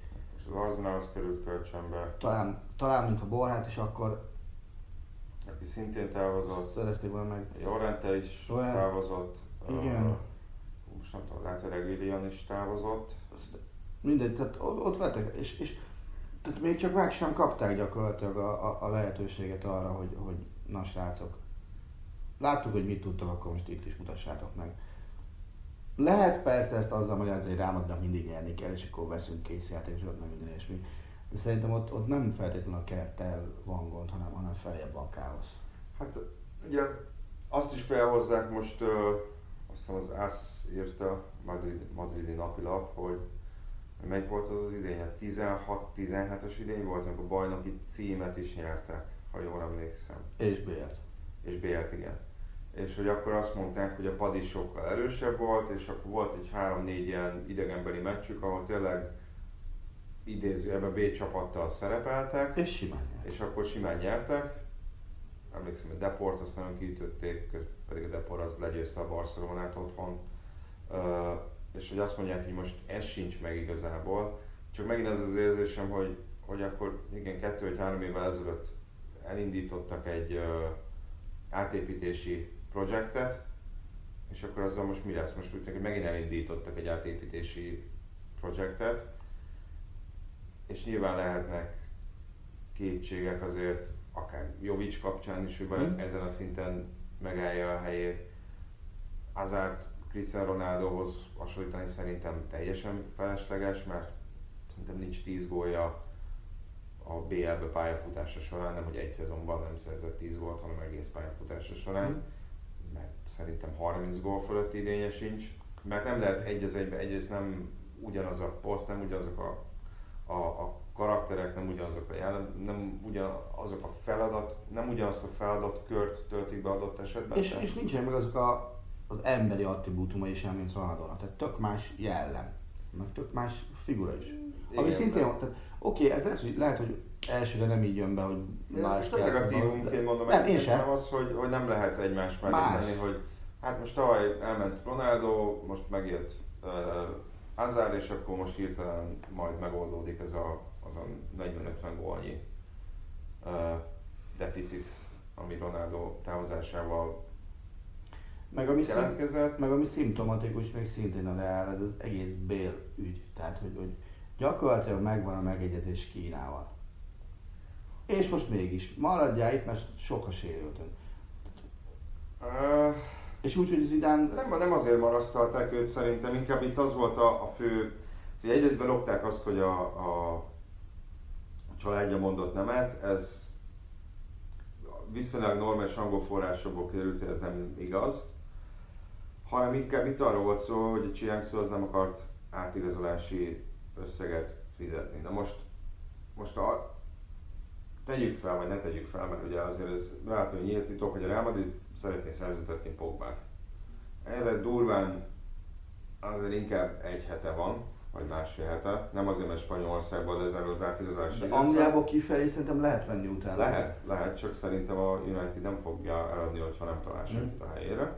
az Arsenalhoz került kölcsönbe. Talán, talán mint a Borhát is akkor Aki szintén távozott. szerezték volna meg. Llorente is Llorente. távozott. Igen. Uh, most nem tudom, lehet, hogy Reguilón is távozott. Mindegy, tehát ott, ott vettek, és, és tehát még csak meg sem kapták gyakorlatilag a, a, a lehetőséget arra, hogy, hogy na srácok, láttuk, hogy mit tudtak, akkor most itt is mutassátok meg. Lehet persze ezt azzal magyarázni, hogy Real mindig nyerni kell, és akkor veszünk készjátékosokat, meg minden ilyesmi. De szerintem ott, ott nem feltétlenül a kerettel van gond, hanem, hanem feljebb a káosz. Hát ugye azt is felhozzák most, uh, azt hiszem az AS írta, Madrid, madridi napilap, hogy melyik volt az az idény? A tizenhat tizenhetes idény volt, amikor a bajnoki címet is nyertek, ha jól emlékszem. És bé el-t. És bé el-t, igen. És hogy akkor azt mondták, hogy a pad is sokkal erősebb volt, és akkor volt egy három-négy ilyen idegenbeli meccsük, ahol tényleg idézőjelben B csapattal szerepeltek. És simán nyert. És akkor simán nyertek. Emlékszem, hogy Deport azt nagyon kiütötték, pedig a Deport az legyőzte a Barcelonát otthon. Uh, és hogy azt mondják, hogy most ez sincs meg igazából. Csak megint az az érzésem, hogy, hogy akkor igen, kettő vagy három évvel ezelőtt elindítottak egy uh, átépítési projektet, és akkor azzal most mi lesz? Most úgy tűnik, hogy megint elindítottak egy átépítési projektet, és nyilván lehetnek kétségek azért, akár Jovic kapcsán is, hogy mm. ezen a szinten megállja a helyét. Hazard Cristiano Ronaldohoz hasonlítani szerintem teljesen felesleges, mert szerintem nincs tíz gólja a bé el-be pályafutása során, nem hogy egy szezonban nem szerzett tíz gólt, hanem egész pályafutása során. Mm. Mert szerintem harminc gól fölötti idénye sincs, mert nem lehet egy az egybe, egyrészt nem ugyanaz a poszt, nem ugyanazok a, a, a karakterek, nem ugyanazok a jelen, nem ugyanazok a feladat, nem ugyanazt a feladatkört töltik be adott esetben. És, és nincsenek meg azok a, az emberi attribútumai sem, mint Ronaldónak, tehát tök más jellem, meg tök más figura is. Igen, Ami szintén, tehát... tehát oké, okay, ez lehet, hogy, lehet, hogy elsőre nem így jön be, hogy más kell. Negatívumként mondom, nem, én sem. az, hogy, hogy nem lehet egymás mellé tenni, hogy hát most tavaly elment Ronaldo, most megjött uh, Hazard, és akkor most hirtelen majd megoldódik ez a, az a negyven-ötven gólnyi uh, deficit, ami Ronaldo távozásával meg ami, keletkezett. Szim, meg ami szimptomatikus, még szintén a Real, ez az egész Bale ügy. Tehát, hogy, hogy gyakorlatilag megvan a megegyezés Kínával. És most mégis, maradjál itt, mert sok a sérültön. Uh, és úgy, hogy Zidane... Nem, nem azért marasztalták őt szerintem, inkább itt az volt a, a fő... Szóval egyrészt belopták azt, hogy a, a, a családja mondott nemet, ez viszonylag normális angol forrásokból került, hogy ez nem igaz. Hanem inkább itt arról volt szó, hogy a Jiangsu az nem akart átigazolási összeget fizetni. Na most, most a, tegyük fel, vagy ne tegyük fel, mert ugye azért ez látható, hogy nyílt titok, hogy a Real Madrid szeretné szerződtetni Pogbát. Erre durván azért inkább egy hete van, vagy másfél hete. Nem azért, mert Spanyolországban lezárul az átigazolási időszak. Angliából kifelé szerintem lehet venni utána. Lehet, lehet, csak szerintem a United nem fogja eladni, hogyha nem talál senkit a helyére.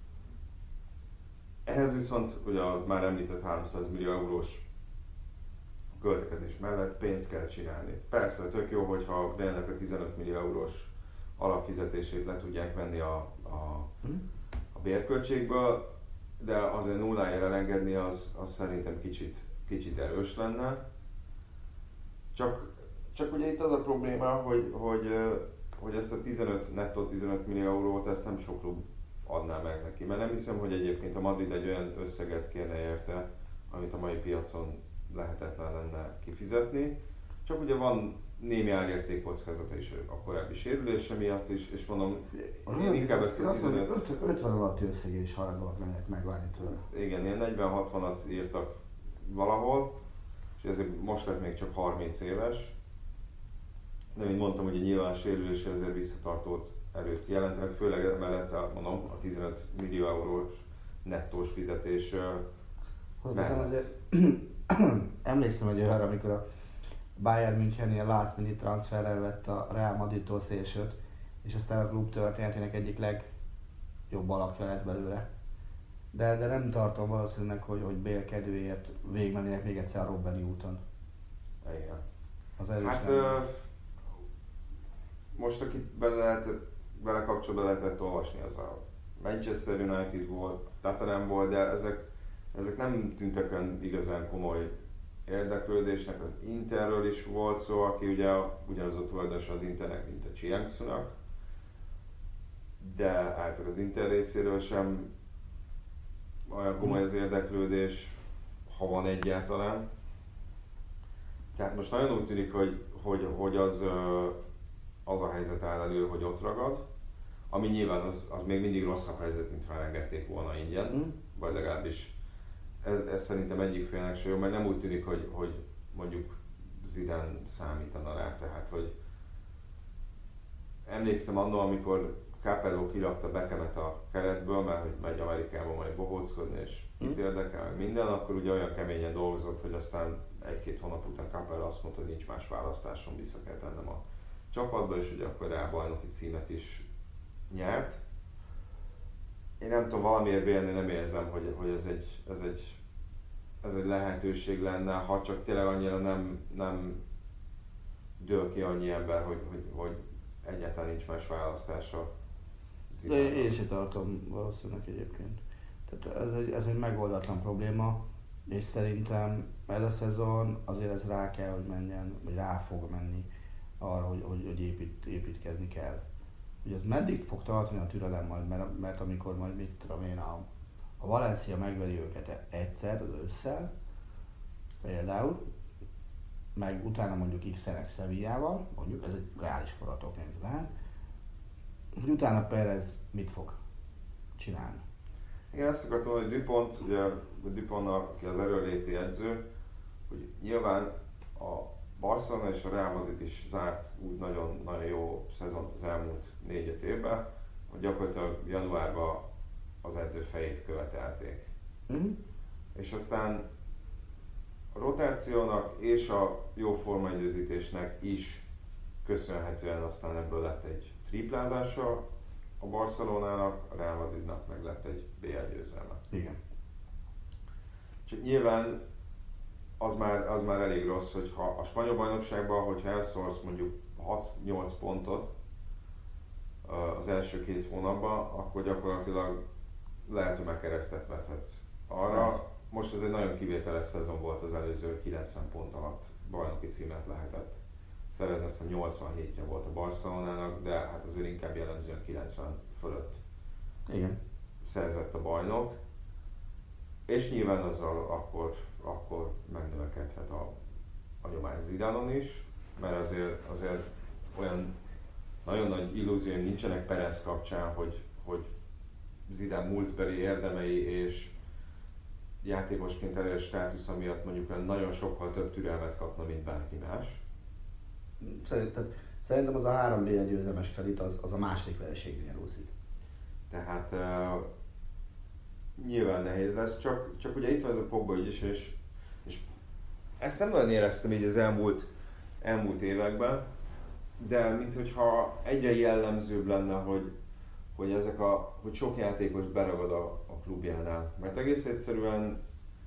Ehhez viszont ugye a már említett háromszáz millió eurós költekezés mellett pénzt kell csinálni. Persze, tök jó, hogyha Bale-nek a tizenöt millió eurós alapfizetését le tudják venni a, a, a bérköltségből, de azért nullájára elengedni az, az szerintem kicsit, kicsit erős lenne. Csak, csak ugye itt az a probléma, hogy, hogy, hogy ezt a tizenöt, nettó tizenöt millió eurót ezt nem sok klub adná meg neki, mert nem hiszem, hogy egyébként a Madrid egy olyan összeget kérne érte, amit a mai piacon lehetetlen lenne kifizetni. Csak ugye van némi árérték kockázata is a korábbi sérülése miatt is, és mondom, én inkább ezt a tizenöt... ötven alatti összegé is hajlandóak lennek megvárni tőle. Igen, ilyen negyven-hatvanat írtak valahol, és ezért most lett még csak harminc éves. De mint mondtam, hogy nyilván a sérülése ezért visszatartót erőt jelentenek, főleg mellett a, mondom, a tizenöt millió eurós nettós fizetés. Hozzáteszem azért, emlékszem egy olyanra, amikor a Bayern München ilyen last minute transferrel vett a Real Madridtól szélsőt, és aztán a klub történetének egyik legjobb alakja lett belőle. De, de nem tartom valószínűleg, hogy, hogy Bale kedvéért végigmennének még egyszer a Robbenny úton. Igen. Az erős Hát nem... ö, most akit bele, lehetett, bele kapcsolatban lehetett olvasni, az a Manchester United volt, Tottenham volt, de ezek, ezek nem tűntek olyan igazán komoly érdeklődésnek. Az Interről is volt szó, aki ugye ugyanaz a tulajdonos az Internek, mint a Jiangsu-nak, de általában az Inter részéről sem olyan komoly az érdeklődés, ha van egyáltalán. Tehát most nagyon úgy tűnik, hogy, hogy, hogy az, az a helyzet áll elő, hogy ott ragad, ami nyilván az, az még mindig rosszabb helyzet, mint ha elengedték volna ingyen, mm. vagy legalábbis ez, ez szerintem egyik félnek se jó, mert nem úgy tűnik, hogy, hogy mondjuk Zidane számítana rá, tehát hogy emlékszem annól, amikor Capello kirakta Beckhamet a keretből, mert hogy megy Amerikába majd bohóckodni és mm. itt érdekel meg minden, akkor ugye olyan keményen dolgozott, hogy aztán egy-két hónap után Capello azt mondta, hogy nincs más választásom, vissza kell tennem a csapatba, és ugye akkor rá bajnoki címet is nyert. Én nem tudom, valamiért vélni nem érzem, hogy, hogy ez, egy, ez, egy, ez egy lehetőség lenne, ha csak tényleg annyira nem, nem dől ki annyi ember, hogy, hogy, hogy egyáltalán nincs más választása. De én sem tartom valószínűleg egyébként. Tehát ez egy, ez egy megoldatlan probléma, és szerintem ez a szezon azért ez rá kell, hogy menjen, vagy rá fog menni arra, hogy, hogy, hogy épít, építkezni kell. Ugye ez meddig fog tartani a türelem majd, mert, mert amikor majd mit tudom én, a, a Valencia megveri őket egyszer az ősszel, például, meg utána mondjuk X-enek Sevillával, mondjuk, ez egy reális forgatókönyv lehet, hogy utána Perez mit fog csinálni. Igen, ezt akartam, hogy Dupont, ugye Dupont, aki az erőléti edző, hogy nyilván a Barcelona és a Real Madrid is zárt úgy nagyon, nagyon jó szezont az elmúlt négy-öt évben, hogy gyakorlatilag januárban az edző fejét követelték. Mm. És aztán a rotációnak és a jó formaidőzítésnek is köszönhetően aztán ebből lett egy triplázása a Barcelonának, a Real Madridnak meg lett egy bé el győzelme. Igen. Csak nyilván az már, az már elég rossz, hogyha a spanyol bajnokságban, hogyha elszórsz mondjuk hat-nyolc pontot az első két hónapban, akkor gyakorlatilag lehet, hogy megkeresztet vethetsz arra. Most ez egy nagyon kivételes szezon volt, az előző kilencven pont alatt bajnoki címet lehetett szerezni, azt hiszem nyolcvanhétje volt a Barcelonának, de hát azért inkább jellemzően kilencven fölött Igen. szerzett a bajnok. És nyilván azzal akkor, akkor megnövekedhet a, a nyomás Zidanon is, mert azért, azért olyan nagyon nagy illúzióim nincsenek Perez kapcsán, hogy, hogy Zidane múltbeli érdemei és játékosként erős státusza miatt mondjuk olyan nagyon sokkal több türelmet kapna, mint bárki más. Szerintem, szerintem az a három bé el győzelmes kerit az, az a második vereségnél húzik. Tehát uh, nyilván nehéz lesz, csak, csak ugye itt van ez a Pogba ügy is, és, és ezt nem nagyon éreztem így az elmúlt, elmúlt években, de minthogyha egyre jellemzőbb lenne, hogy, hogy, ezek a, hogy sok játékos beragad a, a klubjánál. Mert egész egyszerűen,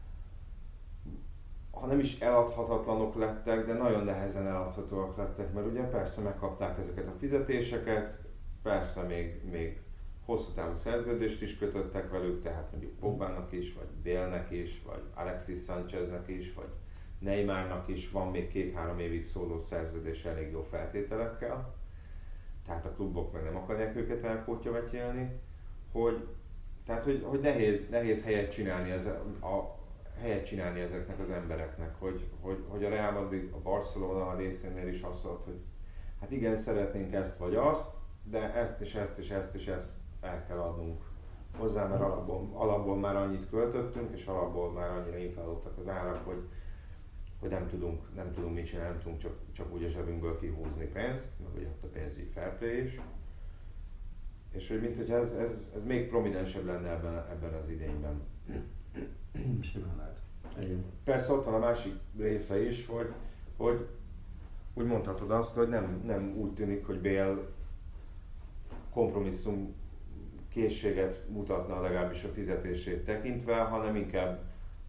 ha nem is eladhatatlanok lettek, de nagyon nehezen eladhatóak lettek, mert ugye persze megkapták ezeket a fizetéseket, persze még, még hosszú távú szerződést is kötöttek velük, tehát mondjuk Pogbának is, vagy Bale-nek is, vagy Alexis Sancheznek is, vagy Neymarnak is van még két-három évig szóló szerződés elég jó feltételekkel. Tehát a klubok meg nem akarják őket elkótyavetjelni, hogy, tehát hogy, hogy nehéz, nehéz helyet csinálni, ez a, a helyet csinálni ezeknek az embereknek, hogy, hogy, hogy a Real Madrid, a Barcelona a részénél is azt mondta, hogy hát igen, szeretnénk ezt vagy azt, de ezt és ezt és ezt és ezt el kell adnunk hozzá, mert alapból, alapból már annyit költöttünk, és alapból már annyira inflálódtak az árak, hogy, hogy nem tudunk, nem tudunk mit csinálni, nem tudunk csak, csak úgy a zsebünkből kihúzni pénzt, meg ugye ott a pénzügyi fair play is. És hogy mint hogy ez, ez, ez még prominensebb lenne ebben, ebben az idényben. Simán lehet. Igen. Persze ott van a másik része is, hogy, hogy úgy mondhatod azt, hogy nem, nem úgy tűnik, hogy Bale kompromisszum készséget mutatna legalábbis a fizetését tekintve, hanem inkább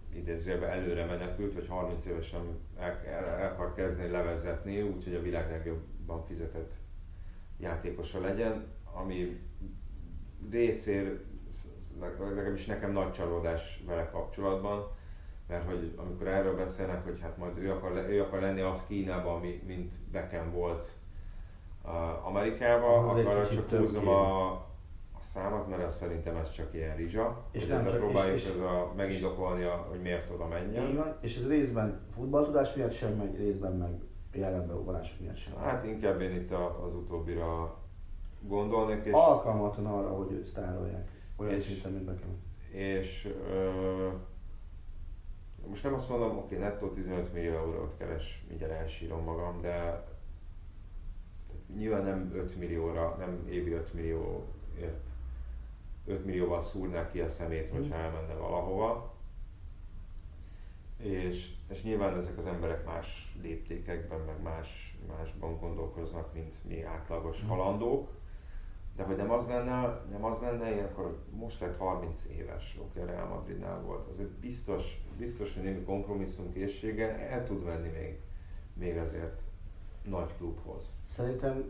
idézőjelben előre menekült, vagy harminc évesen el, el, el akar kezdeni levezetni, úgyhogy a világ legjobban fizetett játékosa legyen, ami részér, legalábbis nekem nagy csalódás vele kapcsolatban, mert hogy amikor erről beszélnek, hogy hát majd ő akar, ő akar lenni az Kínában, ami, mint Beckham volt uh, Amerikában, akkor csak húzom a, a számot, mert azt szerintem ez csak ilyen rizsa, és hogy ezzel próbáljuk és, és ez a, megindokolni, a, hogy miért oda menjen. Így van, és ez részben futballtudás miatt sem megy, részben meg jelenbeugolások miatt sem. Hát inkább én itt a, az utóbbira gondolnék. És alkalmatlan arra, hogy őt sztárolják. Olyan szinten, mint Beckham. És ö, most nem azt mondom, oké, nettó tizenöt millió eurót keres, mindjárt elsírom magam, de nyilván nem öt millióra, nem évi öt millióért, öt millióval szúrnák ki a szemét, hogyha elmenne valahova. És, és nyilván ezek az emberek más léptékekben, meg más, másban gondolkoznak, mint mi átlagos halandók. De hogy nem az lenne, nem az lenne ilyenkor, hogy most lett harminc éves, oké, a Real Madridnál volt, azért biztos, biztos, hogy némi kompromisszumkészséggel el tud venni még, még azért nagy klubhoz. Szerintem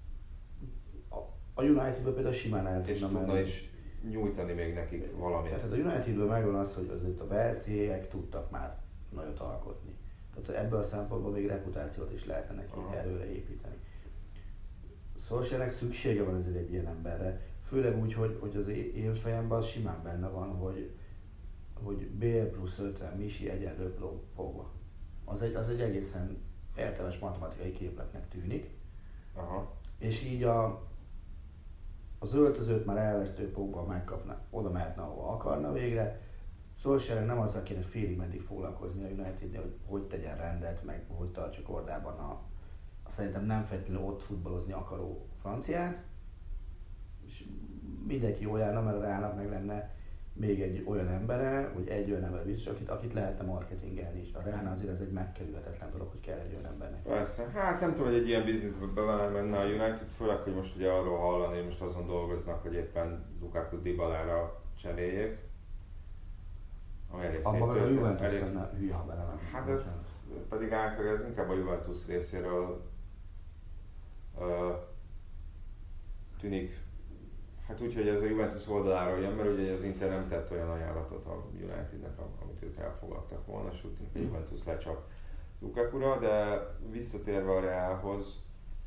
a Unitedből például simán el és tudna tudna menni. is nyújtani még nekik valamit. Tehát a Unitedből megvan az, hogy azért a Velszélyek tudtak már nagyot alkotni. Tehát ebből a szempontból még reputációt is lehetne neki Aha. előre építeni. Solskjaernek szüksége van ezért egy ilyen emberre, főleg úgy, hogy, hogy az én fejemben az simán benne van, hogy, hogy Bale plusz ötven Misi egyenlő Pogba. Az egy, az egy egészen értelmes matematikai képletnek tűnik. Aha. És így a, az öltözőt már elvesztő Pogba megkapna, oda mehetne, ahol akarna végre. Solskjaernek nem azzal kéne félig meddig foglalkozni a United-nél, hogy hogy tegyen rendet, meg hogy tartsa kordában a szerintem nem feltétlenül ott futballozni akaró franciát, és mindenki jól járna, mert a Reálnak meg lenne még egy olyan embere, vagy egy olyan ember biztos, akit, akit lehetne marketingelni is. A Reálnál azért ez egy megkerülhetetlen dolog, hogy kell egy olyan embernek. Persze, hát nem tudom, hogy egy ilyen bizniszbe bele menne a United, főleg, hogy most ugye arról hallani, hogy most azon dolgoznak, hogy éppen Lukaku Dybalára cseréljék. Ami elég szép abban a Juventus elég... lenne hülye, ha bele nem. Hát ez pedig által ez inkább a Juventus részéről uh, tűnik, hát úgy, hogy ez a Juventus oldaláról jön, mert ugye az Inter nem tett olyan ajánlatot a Unitednek, amit ők elfogadtak volna, és úgy tűnik, a Juventus lecsap Lukakura, de visszatérve a Realhoz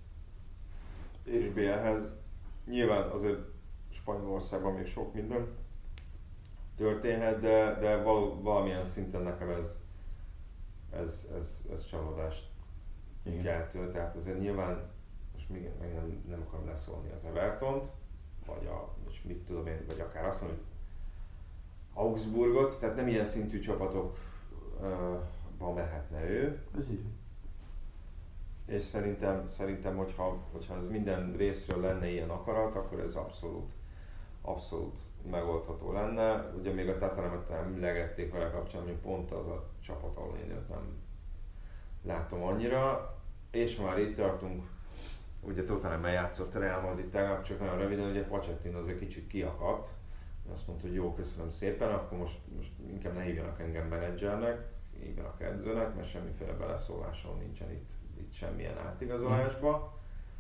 és Balehez, nyilván azért Spanyolországban még sok minden történhet, de, de val, valamilyen szinten nekem ez, ez, ez, ez csalódást keltő. Tehát azért nyilván, most még, még nem, nem akarom leszólni az Evertont, vagy a, és mit tudom én, vagy akár azt mondom, hogy Augsburgot, tehát nem ilyen szintű csapatokban mehetne ő. Ez így. És szerintem, szerintem hogyha, hogyha ez minden részről lenne ilyen akarat, akkor ez abszolút, abszolút megoldható lenne. Ugye még a Tatanemet emlegették vele kapcsolatban, hogy pont az a csapat, ahol én őt nem látom annyira. És ha már itt tartunk, ugye Tottenhamben játszott a Real Madrid tegnap, csak nagyon röviden, ugye Pochettino azért kicsit kiakadt. Azt mondta, hogy jó, köszönöm szépen, akkor most, most inkább ne hívjanak engem menedzsernek, hívjanak edzőnek, mert semmiféle beleszólásom nincsen itt, itt semmilyen átigazolásba.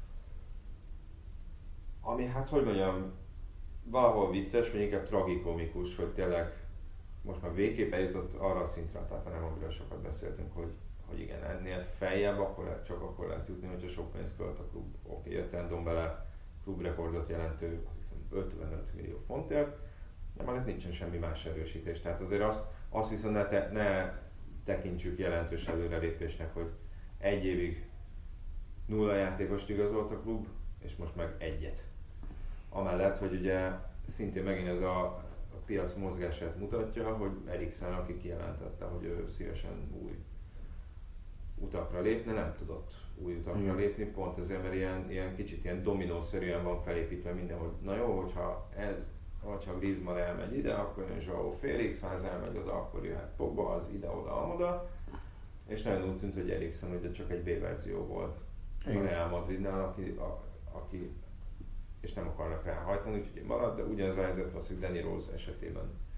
Ami hát, hogy mondjam, valahol vicces, vagy inkább tragikomikus, hogy tényleg most már végképp eljutott arra a szintre, tehát nem amiről sokat beszéltünk, hogy, hogy igen, ennél feljebb akkor, csak akkor lehet jutni, hogyha sok pénzt költ a klub. Oké, jött Endombele klubrekordot jelentő, azt hiszem ötvenöt millió fontért, de már nincsen semmi más erősítés. Tehát azért azt, azt viszont ne, te, ne tekintsük jelentős előrelépésnek, hogy egy évig nulla játékost igazolt a klub, és most meg egyet. Amellett, hogy ugye szintén megint ez a, a piac mozgását mutatja, hogy Eriksen, aki kijelentette, hogy ő szívesen új utakra lépne, nem tudott új utakra lépni, pont ezért, mert ilyen, ilyen kicsit ilyen dominószerűen van felépítve minden, hogy na jó, hogyha ez, hogyha Griezmann elmegy ide, akkor jön João Félix, ha ez elmegy oda, akkor jöhet Pogba, az ide-oda, amoda. És nagyon úgy tűnt, hogy Eriksen ugye csak egy B-verzió volt a Real Madridnál, aki, a, aki és nem akarnak ráhajtani, úgyhogy marad, de ugyanez a helyzet az, hogy Danny Rose esetében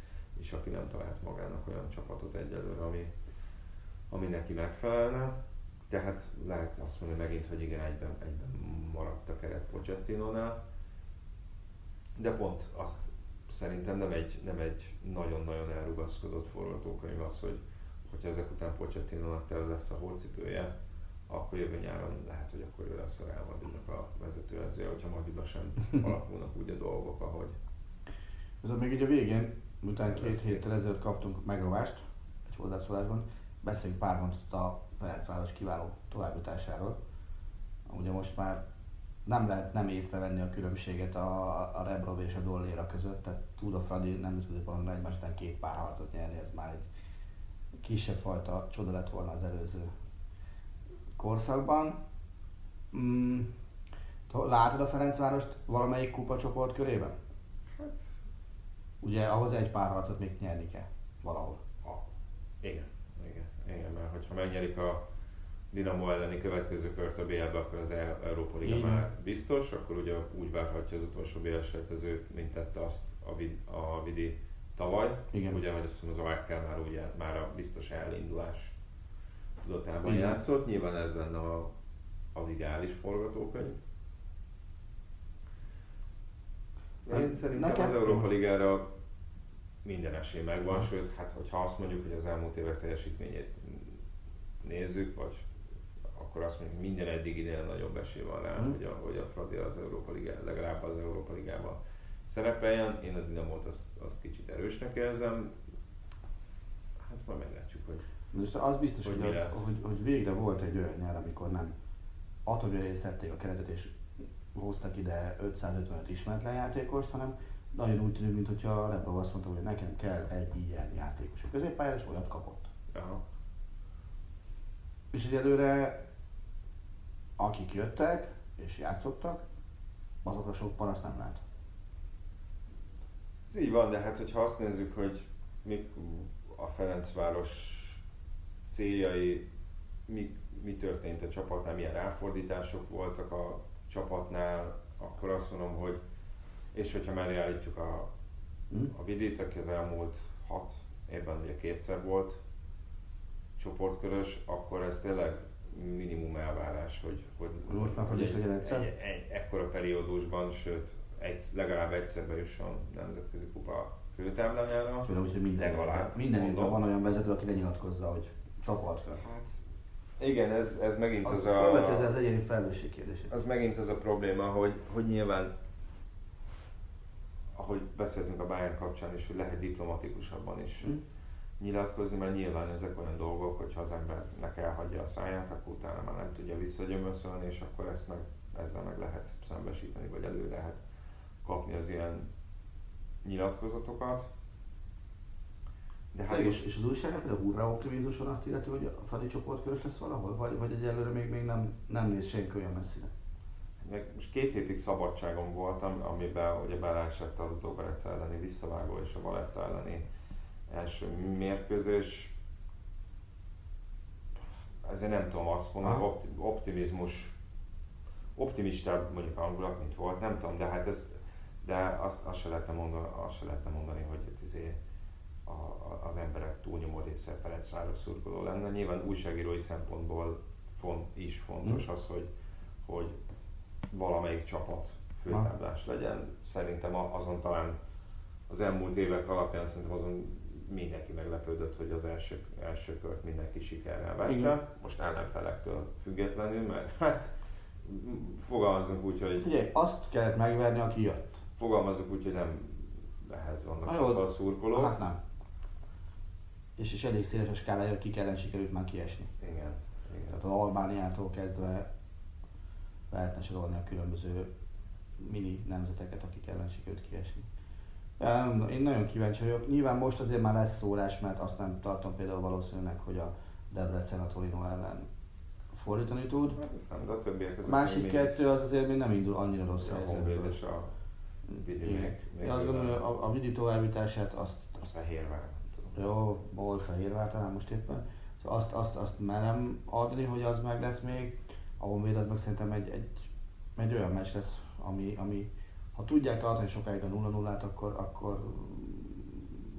és aki nem talált magának olyan csapatot egyelőre, ami, ami neki megfelelne. Tehát lehet azt mondani megint, hogy igen, egyben, egyben maradt a keret Pochettinónál, de pont azt szerintem nem egy, nem egy nagyon-nagyon elrugaszkodott forgatókönyv az, hogy hogyha ezek után Pochettinónak tele lesz a hócipője, akkor jövő nyáron lehet, hogy akkor ő lesz a Real Madridnak a vezetőedzője, hogyha Madridban sem alakulnak úgy a dolgok, ahogy. Viszont még így a végén, utána két héttel ezelőtt kaptunk megrovást egy hozzászólásban, beszéljünk pár mondatot a Ferencváros kiváló továbbjutásáról. Ugye most már nem lehet nem észrevenni a különbséget a, a Rebrov és a Dollera között, tehát tud a Fradi nemzetközi porondon egymás után két párharcot nyerni, ez már egy kisebb fajta csoda lett volna az előző korszakban. Mm, látod a Ferencvárost valamelyik kupacsoport körében? Hát, ugye ahhoz egy párharcot még nyerni kell valahol. ah, igen, igen, igen, mert hogyha megnyerik a Dinamo elleni következő kört a bé el-be, akkor az Európa Liga igen. már biztos, akkor ugye úgy várhatja az utolsó bé el-selejtezőt, mint tette azt a, vid, a Vidi tavaly. Igen. Ugye, hogy azt hiszem az á ká már ugye már a biztos elindulás tudatában Igen. játszott. Nyilván ez lenne a, az ideális forgatókönyv. Én Hát, szerintem nekem... az Európa Ligára minden esély megvan, ha. Sőt, hát hogyha azt mondjuk, hogy az elmúlt évek teljesítményét nézzük, vagy akkor azt mondjuk, minden eddiginél nagyobb esély van rá, mm. hogy, a, hogy a Fradi az Európa Ligá, legalább az Európa Ligában szerepeljen. Én a Dinamót azt, azt kicsit erősnek érzem. Hát majd meglátjuk, hogy Most az biztos, hogy, hogy, a, hogy, hogy végre volt egy olyan nyár, amikor nem atomjai szedték a keretet és hoztak ide ötszázötvenöt ismeretlen játékost, hanem nagyon úgy tűnik, mintha a Rebrov azt mondta, hogy nekem kell egy ilyen játékos. A középpályára is olyat kapott. aha. És egyelőre akik jöttek és játszottak, azokra sok panaszt nem lát. Ez így van, de hát hogyha azt nézzük, hogy mi a Ferencváros céljai, mi, mi történt a csapatnál, milyen ráfordítások voltak a csapatnál, akkor azt mondom, hogy és hogyha mellé állítjuk a, a Vidit, aki az elmúlt hat évben ugye kétszer volt csoportkörös, akkor ez tényleg minimum elvárás, hogy, hogy, most már hogy egy, egy, egyszer? egy, egy ekkora periódusban, sőt egy, legalább egyszer bejusson nemzetközi kupa főtáblájára. Főleg úgy, hogy minden, minden évben van olyan vezető, aki lenyilatkozza, hogy csapatkör. Hát, igen, ez, ez megint az, az a... felvetőzze az egyéni felelősség kérdését. Az megint az a probléma, hogy, hogy nyilván, ahogy beszéltünk a Bayern kapcsán is, hogy lehet diplomatikusabban is mm. nyilatkozni, mert nyilván ezek olyan dolgok, hogy ha az embernek elhagyja a száját, akkor utána már nem tudja visszagyömöszölni, és akkor ezt meg, ezzel meg lehet szembesíteni, vagy elő lehet kapni az ilyen nyilatkozatokat. De hát és, és az újságnak a hurrá optimizmuson azt illeti, hogy a Fradi csoportkörös lesz valahol? Vagy, vagy egyelőre még, még nem, nem néz senki olyan messzire? Meg most két hétig szabadságon voltam, amiben ugye beleesett a Ludogorec elleni visszavágó és a Valletta elleni első mérkőzés. Ezért nem tudom azt mondani, opti- optimizmus, optimistább mondjuk hangulat, mint volt, nem tudom, de hát ezt, de azt, azt se lehetne mondani, azt se lehetne mondani, hogy izé a, a, az emberek túlnyomó része Ferencváros szurkoló lenne. Nyilván újságírói szempontból font, is fontos az, hogy, hogy valamelyik csapat főtáblás legyen. Szerintem azon talán az elmúlt évek alapján szerintem azon mindenki meglepődött, hogy az első, első kört mindenki sikerrel vette. Most ellenfelektől függetlenül, mert hát fogalmazunk úgy, hogy... Figyelj, azt kellett megverni, aki jött. Fogalmazunk úgy, hogy nem ehhez vannak Ha, sokkal szurkolók. Hát nem. És, és elég széles a skálája, kik ellen sikerült már kiesni. Igen. Igen. Tehát az Albániától kezdve lehetne sorolni a különböző mini nemzeteket, akik ellen sikerült kiesni. Én nagyon kíváncsi vagyok. Nyilván most azért már lesz szólás, mert azt nem tartom például valószínűleg, hogy a Debrecen a Torino ellen fordítani tud. Hát ezt nem, de a többiek között másik kettő az azért még nem indul annyira rossz a Honvéd és a Vidi még, még Én azt gondolom, hogy a, a Vidi továbbítását azt... azt Fehérvár. Jó, hol Fehérvár talán most éppen. Szóval azt, azt, azt merem adni, hogy az meg lesz még. A Honvéd az meg szerintem egy, egy, egy olyan meccs lesz, ami, ami ha tudják tartani sokáig a nulla nullát, akkor, akkor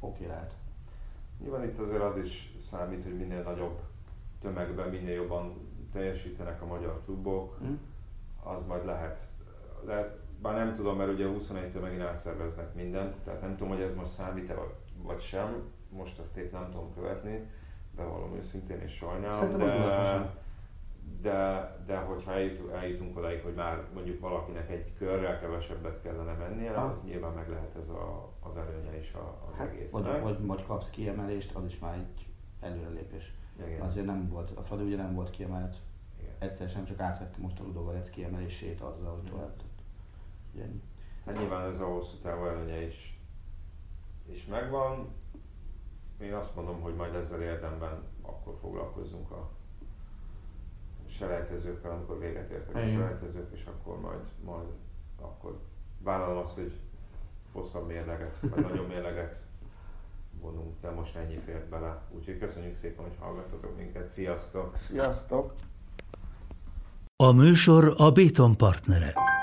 oké lehet. Nyilván itt azért az is számít, hogy minél nagyobb tömegben, minél jobban teljesítenek a magyar klubok, mm. az majd lehet. lehet. Bár nem tudom, mert ugye huszonegy tömegén átszerveznek mindent, tehát nem tudom, hogy ez most számít-e vagy sem, most ezt épp nem tudom követni, bevallom őszintén és sajnálom, de, de, de hogyha eljutunk, eljutunk odáig, hogy már mondjuk valakinek egy körrel kevesebbet kellene mennie, ha. az nyilván meg lehet ez a, az előnye is az hát, egésznek. Vagy, vagy, vagy kapsz kiemelést, az is már egy előrelépés. Igen. Azért nem volt, a Fradi ugye nem volt kiemelt. Egyszer sem, csak átvette most a Ludogorec kiemelését azzal, hogy tovább tett. Hát nyilván ez a hosszú távú előnye is, is megvan. Én azt mondom, hogy majd ezzel érdemben akkor foglalkozzunk a selejtezőkkel, amikor véget értek a selejtezők, és akkor majd, majd akkor vállalom azt, hogy hosszabb mérleget, vagy nagyobb mérleget vonunk, de most ennyi fért bele. Úgyhogy köszönjük szépen, hogy hallgattatok minket. Sziasztok! Sziasztok! A műsor a Béton partnere.